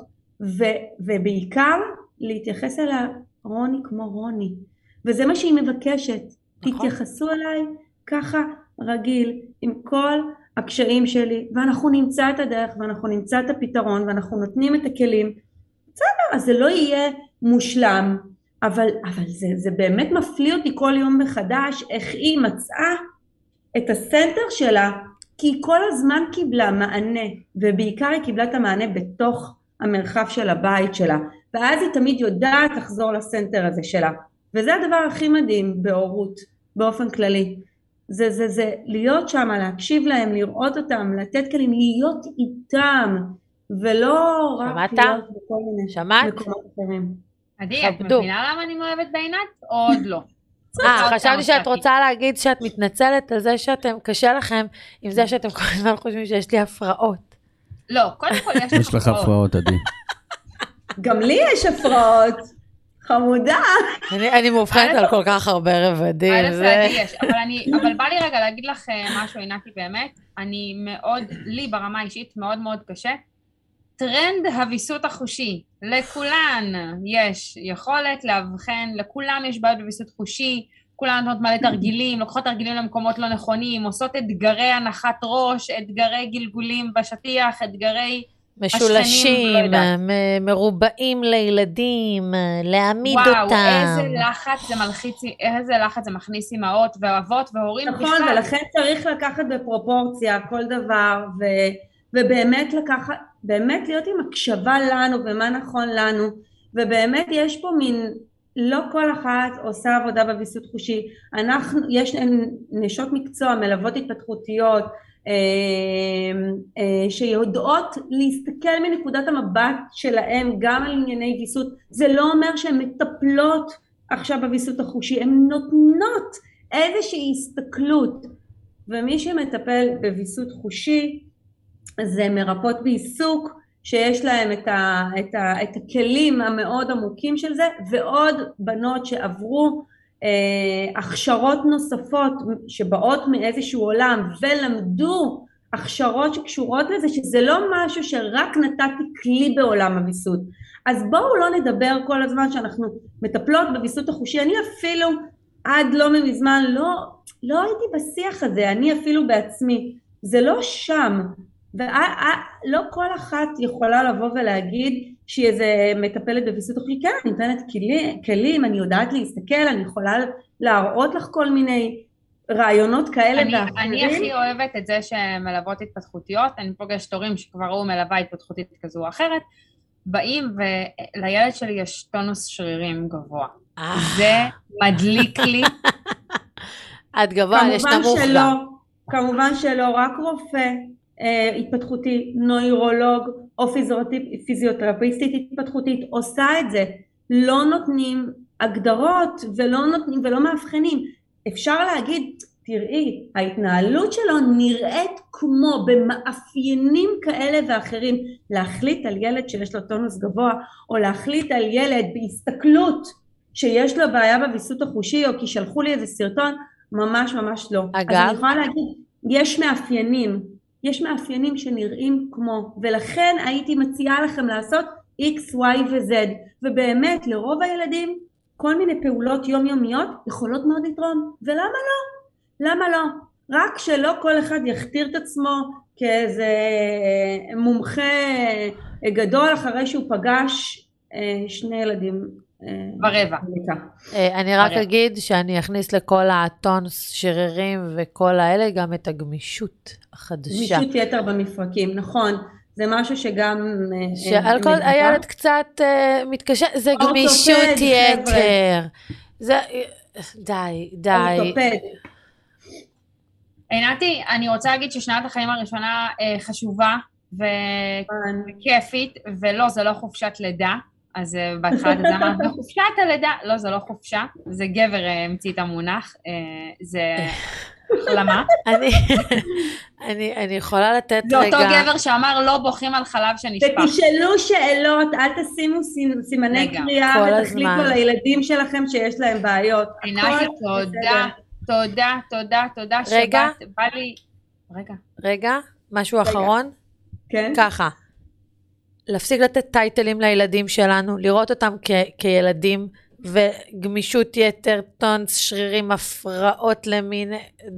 ובעיקר להתייחס אליה רוני כמו רוני. וזה מה שהיא מבקשת. תתייחסו אליי ככה רגיל, עם כל הקשיים שלי, ואנחנו נמצא את הדרך, ואנחנו נמצא את הפתרון, ואנחנו נותנים את הכלים. בסדר, אז זה לא יהיה מושלם, אבל זה באמת מפליא אותי כל יום מחדש, איך היא מצאה את הסנטר שלה, כי היא כל הזמן קיבלה מענה, ובעיקר היא קיבלה את המענה בתוך המרחב של הבית שלה, ואז היא תמיד יודעת לחזור לסנטר הזה שלה, וזה הדבר הכי מדהים בהורות, באופן כללי. זה להיות שם, להקשיב להם, לראות אותם, לתת כלים, להיות איתם, ולא רק להיות בכל מיני מקומות אחרים. עדי, את מבינה למה אני מאוהבת בעינת? עוד לא. חשבתי שאת רוצה להגיד שאת מתנצלת על זה שאתם, קשה לכם עם זה שאתם כל הזמן חושבים שיש לי הפרעות. לא, קודם כל יש יש לך הפרעות, עדי. גם לי יש הפרעות. חמודה. אני מאובחנת על כל כך הרבה רבדים. אבל בא לי רגע להגיד לך משהו, עינתי באמת, אני מאוד, לי ברמה האישית מאוד מאוד קשה, טרנד הוויסות החושי, לכולן יש יכולת להבחן, לכולם יש בעיות בוויסות חושי, כולן נותנות מלא תרגילים, לוקחות תרגילים למקומות לא נכונים, עושות אתגרי הנחת ראש, אתגרי גלגולים בשטיח, אתגרי משולשים, מרובעים לילדים, להעמיד אותם. וואו, איזה לחץ זה מכניס אמהות ואבות והורים. נכון, ולכן צריך לקחת בפרופורציה כל דבר, ובאמת לקחת, באמת להיות עם הקשבה לנו ומה נכון לנו, ובאמת יש פה מין, לא כל אחת עושה עבודה בוויסות חושי, יש נשות מקצוע, מלוות התפתחותיות, שיודעות להסתכל מנקודת המבט שלהם גם על ענייני ויסות. זה לא אומר שהן מטפלות עכשיו בוויסות החושי, הן נותנות איזושהי הסתכלות, ומי שמטפל בוויסות חושי זה מרפאות בעיסוק שיש להם את הכלים המאוד עמוקים של זה, ועוד בנות שעברו הכשרות נוספות שבאות מאיזשהו עולם ולמדו הכשרות שקשורות לזה, שזה לא משהו שרק נתתי כלי בעולם הוויסות. אז בואו לא נדבר כל הזמן שאנחנו מטפלות בוויסות החושי. אני אפילו עד לא מזמן לא הייתי בשיח הזה, אני אפילו בעצמי, זה לא שם, ולא כל אחת יכולה לבוא ולהגיד שהיא איזה מטפלת בוויסות החושי. כן, אני נותנת כלים, אני יודעת להסתכל, אני יכולה להראות לך כל מיני רעיונות כאלה ואחרים. אני הכי אוהבת את זה שמלוות התפתחותיות, אני פוגשת הורים שכבר ראו מלווה התפתחותית כזו או אחרת, באים ולילד שלי יש טונוס שרירים גבוה. זה מדליק לי. את גבוה, יש נמוך גם. כמובן שלא, רק רופא התפתחותי, נוירולוג או פיזיותרפיסטית התפתחותית עושה את זה. לא נותנים הגדרות ולא מאבחנים. אפשר להגיד, תראי, ההתנהלות שלו נראית כמו במאפיינים כאלה ואחרים. להחליט על ילד שיש לו טונוס גבוה, או להחליט על ילד בהסתכלות שיש לו בעיה בוויסות החושי, או כי שלחו לי איזה סרטון, ממש ממש לא. אגב, אז אני יכולה להגיד, יש מאפיינים שנראים כמו, ולכן הייתי מציעה לכם לעשות X, Y ו-Z, ובאמת לרוב הילדים כל מיני פעולות יומיומיות יכולות מאוד לתרום, ולמה לא? למה לא? רק שלא כל אחד יכתיר את עצמו כאיזה מומחה גדול אחרי שהוא פגש 2 ילדים ברבע. אני רק אגיד שאני אכניס לכל הטונס שרירים וכל האלה גם את הגמישות החדשה. גמישות יתר במפרקים, נכון. זה משהו שגם... שעל כל הילד קצת מתקשה, זה גמישות יתר. די. אורתופד. עינתי, אני רוצה להגיד ששנת החיים הראשונה חשובה וכיפית, ולא, זה לא חופשת לידה. אז בהתחלה זה אמרת, חופשת הלידה, לא, זה לא חופשה, זה גבר המציא את המונח, זה החלמה. אני יכולה לתת רגע... זה אותו גבר שאמר, לא בוכים על חלב שנשפך. ותשאלו שאלות, אל תשימו סימני קריאה, ותחליטו לילדים שלכם שיש להם בעיות. עינתי, תודה, שבאת, בא לי... רגע, משהו אחרון? כן. ככה. להפסיק לתת טייטלים לילדים שלנו, לראות אותם כילדים, וגמישות יתר, טונס, שרירים, הפרעות למין,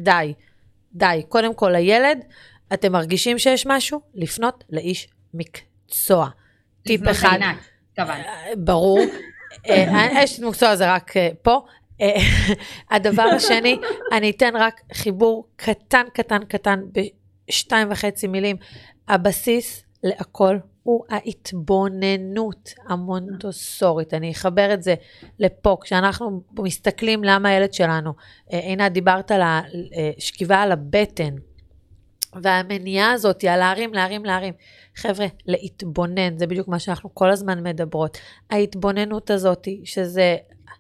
די. קודם כל, הילד, אתם מרגישים שיש משהו? לפנות לאיש מקצוע. טיפ אחד. ברור. איש מקצוע זה רק פה. הדבר השני, אני אתן רק חיבור קטן, ב2.5 מילים. הבסיס להכל הוא ההתבוננות המונטוסורית. אני אחבר את זה לפה, כשאנחנו מסתכלים למה הילד שלנו, עינת דיברת על השכיבה על הבטן, והמניעה הזאת היא על להרים. חבר'ה, להתבונן, זה בדיוק מה שאנחנו כל הזמן מדברות. ההתבוננות הזאת, שזה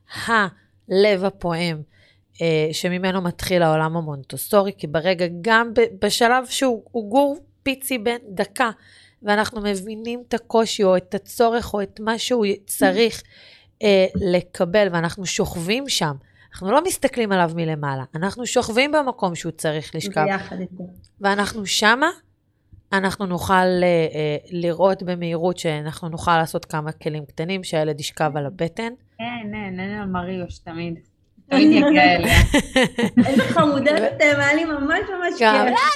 הלב הפועם, שממנו מתחיל העולם המונטוסורי, כי ברגע גם בשלב שהוא גור פיצי בין דקה, ואנחנו מבינים את הקושי או את הצורך או את מה שהוא צריך לקבל, ואנחנו שוכבים שם, אנחנו לא מסתכלים עליו מלמעלה, אנחנו שוכבים במקום שהוא צריך לשכב, ואנחנו שמה, אנחנו נוכל לראות במהירות שאנחנו נוכל לעשות כמה כלים קטנים, שהילד ישכב על הבטן. אין על מריוש תמיד. תמיד יגיע אליה. איזה חמודת אתם, היה לי ממש כיף.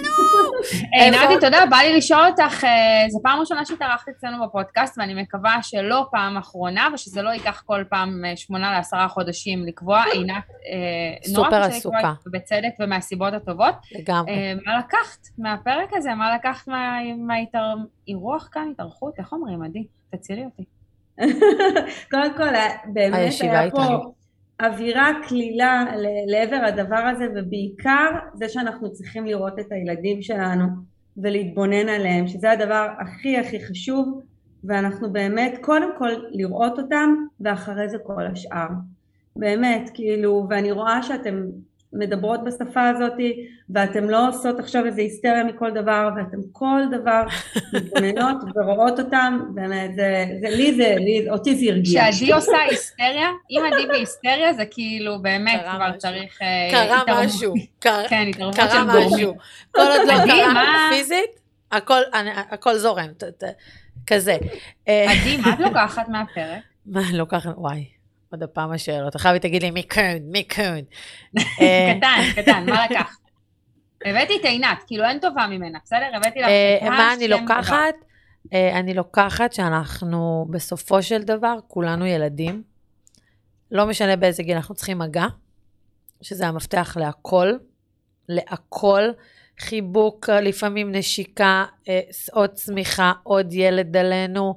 עינתי, תודה, בא לי לשאול אותך, זו פעם ראשונה שהתארחת אצלנו בפודקאסט, ואני מקווה שלא פעם אחרונה, ושזה לא ייקח כל פעם 8 ל10 חודשים לקבוע. עינת, סופר עסוקה. בצדק ומהסיבות הטובות. לגמרי. מה לקחת מהפרק הזה? מה לקחת מהאירוח כאן, התארחות? איך אומרים, עדי? תצילי אותי. קודם כל, באמת היה פה אווירה כלילה לעבר הדבר הזה, ובעיקר זה שאנחנו צריכים לראות את הילדים שלנו ולהתבונן עליהם, שזה הדבר הכי חשוב, ואנחנו באמת קודם כל לראות אותם, ואחרי זה כל השאר. באמת, כאילו, ואני רואה שאתם מדברות בשפה הזאת, ואתם לא עושות עכשיו איזו היסטריה מכל דבר, ואתם כל דבר מתבוננות ורואות אותם, באמת, אותי זה הרגיע. כשעדי עושה היסטריה, אם עדי בהיסטריה, זה כאילו באמת כבר צריך... קרה משהו. כן, התערבות של גורמים. כל עוד לא קרה פיזית, הכל זורם, כזה. עדי, מה את לוקחת מהפרק? מה לוקחת? וואי. עוד הפעם השאלות, אחרי תגיד לי, מי קון? קטן, מה לקחת? הבאתי את עינת, כאילו אין טובה ממנה, בסדר? הבאתי לך מה אני לוקחת? אני לוקחת שאנחנו בסופו של דבר, כולנו ילדים, לא משנה באיזה גיל, אנחנו צריכים מגע, שזה המפתח להכל, חיבוק, לפעמים נשיקה, עוד צמיחה, עוד ילד עלינו,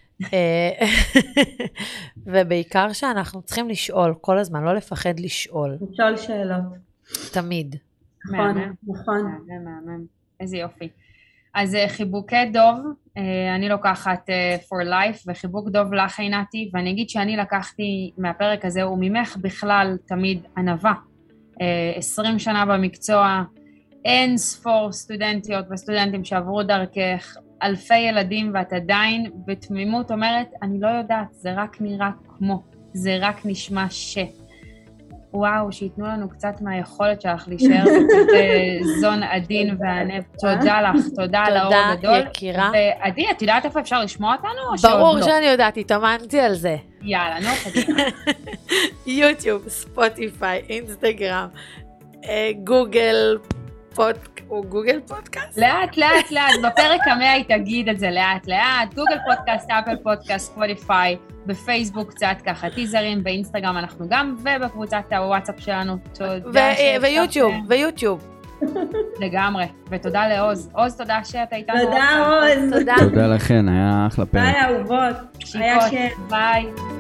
ובעיקר שאנחנו צריכים לשאול כל הזמן, לא לפחד לשאול. לשאול שאלות. תמיד. נכון. איזה יופי. אז חיבוקי דוב, אני לוקחת for life, וחיבוק דוב לך עינתי, ואני אגיד שאני לקחתי מהפרק הזה, וממך בכלל תמיד ענווה. 20 שנה במקצוע, אין ספור סטודנטיות וסטודנטים שעברו דרכך, אלפי ילדים, ואת עדיין בתמימות אומרת, אני לא יודעת, זה רק נראה כמו, זה רק נשמע וואו, שיתנו לנו קצת מהיכולת שלך להישאר זון עדין וענב. תודה לך, תודה על האור הגדול. תודה, יקירה. ועדי, את יודעת איפה אפשר לשמוע אותנו? ברור שאני יודעת, התאמנתי על זה. יאללה, נו, קדימה. יוטיוב, ספוטיפיי, אינסטגרם, גוגל פודקאסט? לאט, בפרק 100 היא תגיד את זה לאט, גוגל פודקאסט, אפל פודקאסט, ספוטיפיי, בפייסבוק קצת ככה, טיזרים, באינסטגרם אנחנו גם, ובקבוצת הוואטסאפ שלנו, ויוטיוב. לגמרי, ותודה לעוז. עוז, תודה שאתה איתנו. תודה עוז. תודה לכן, היה אחלה פרק. ביי אהובות. היה כיף. ביי.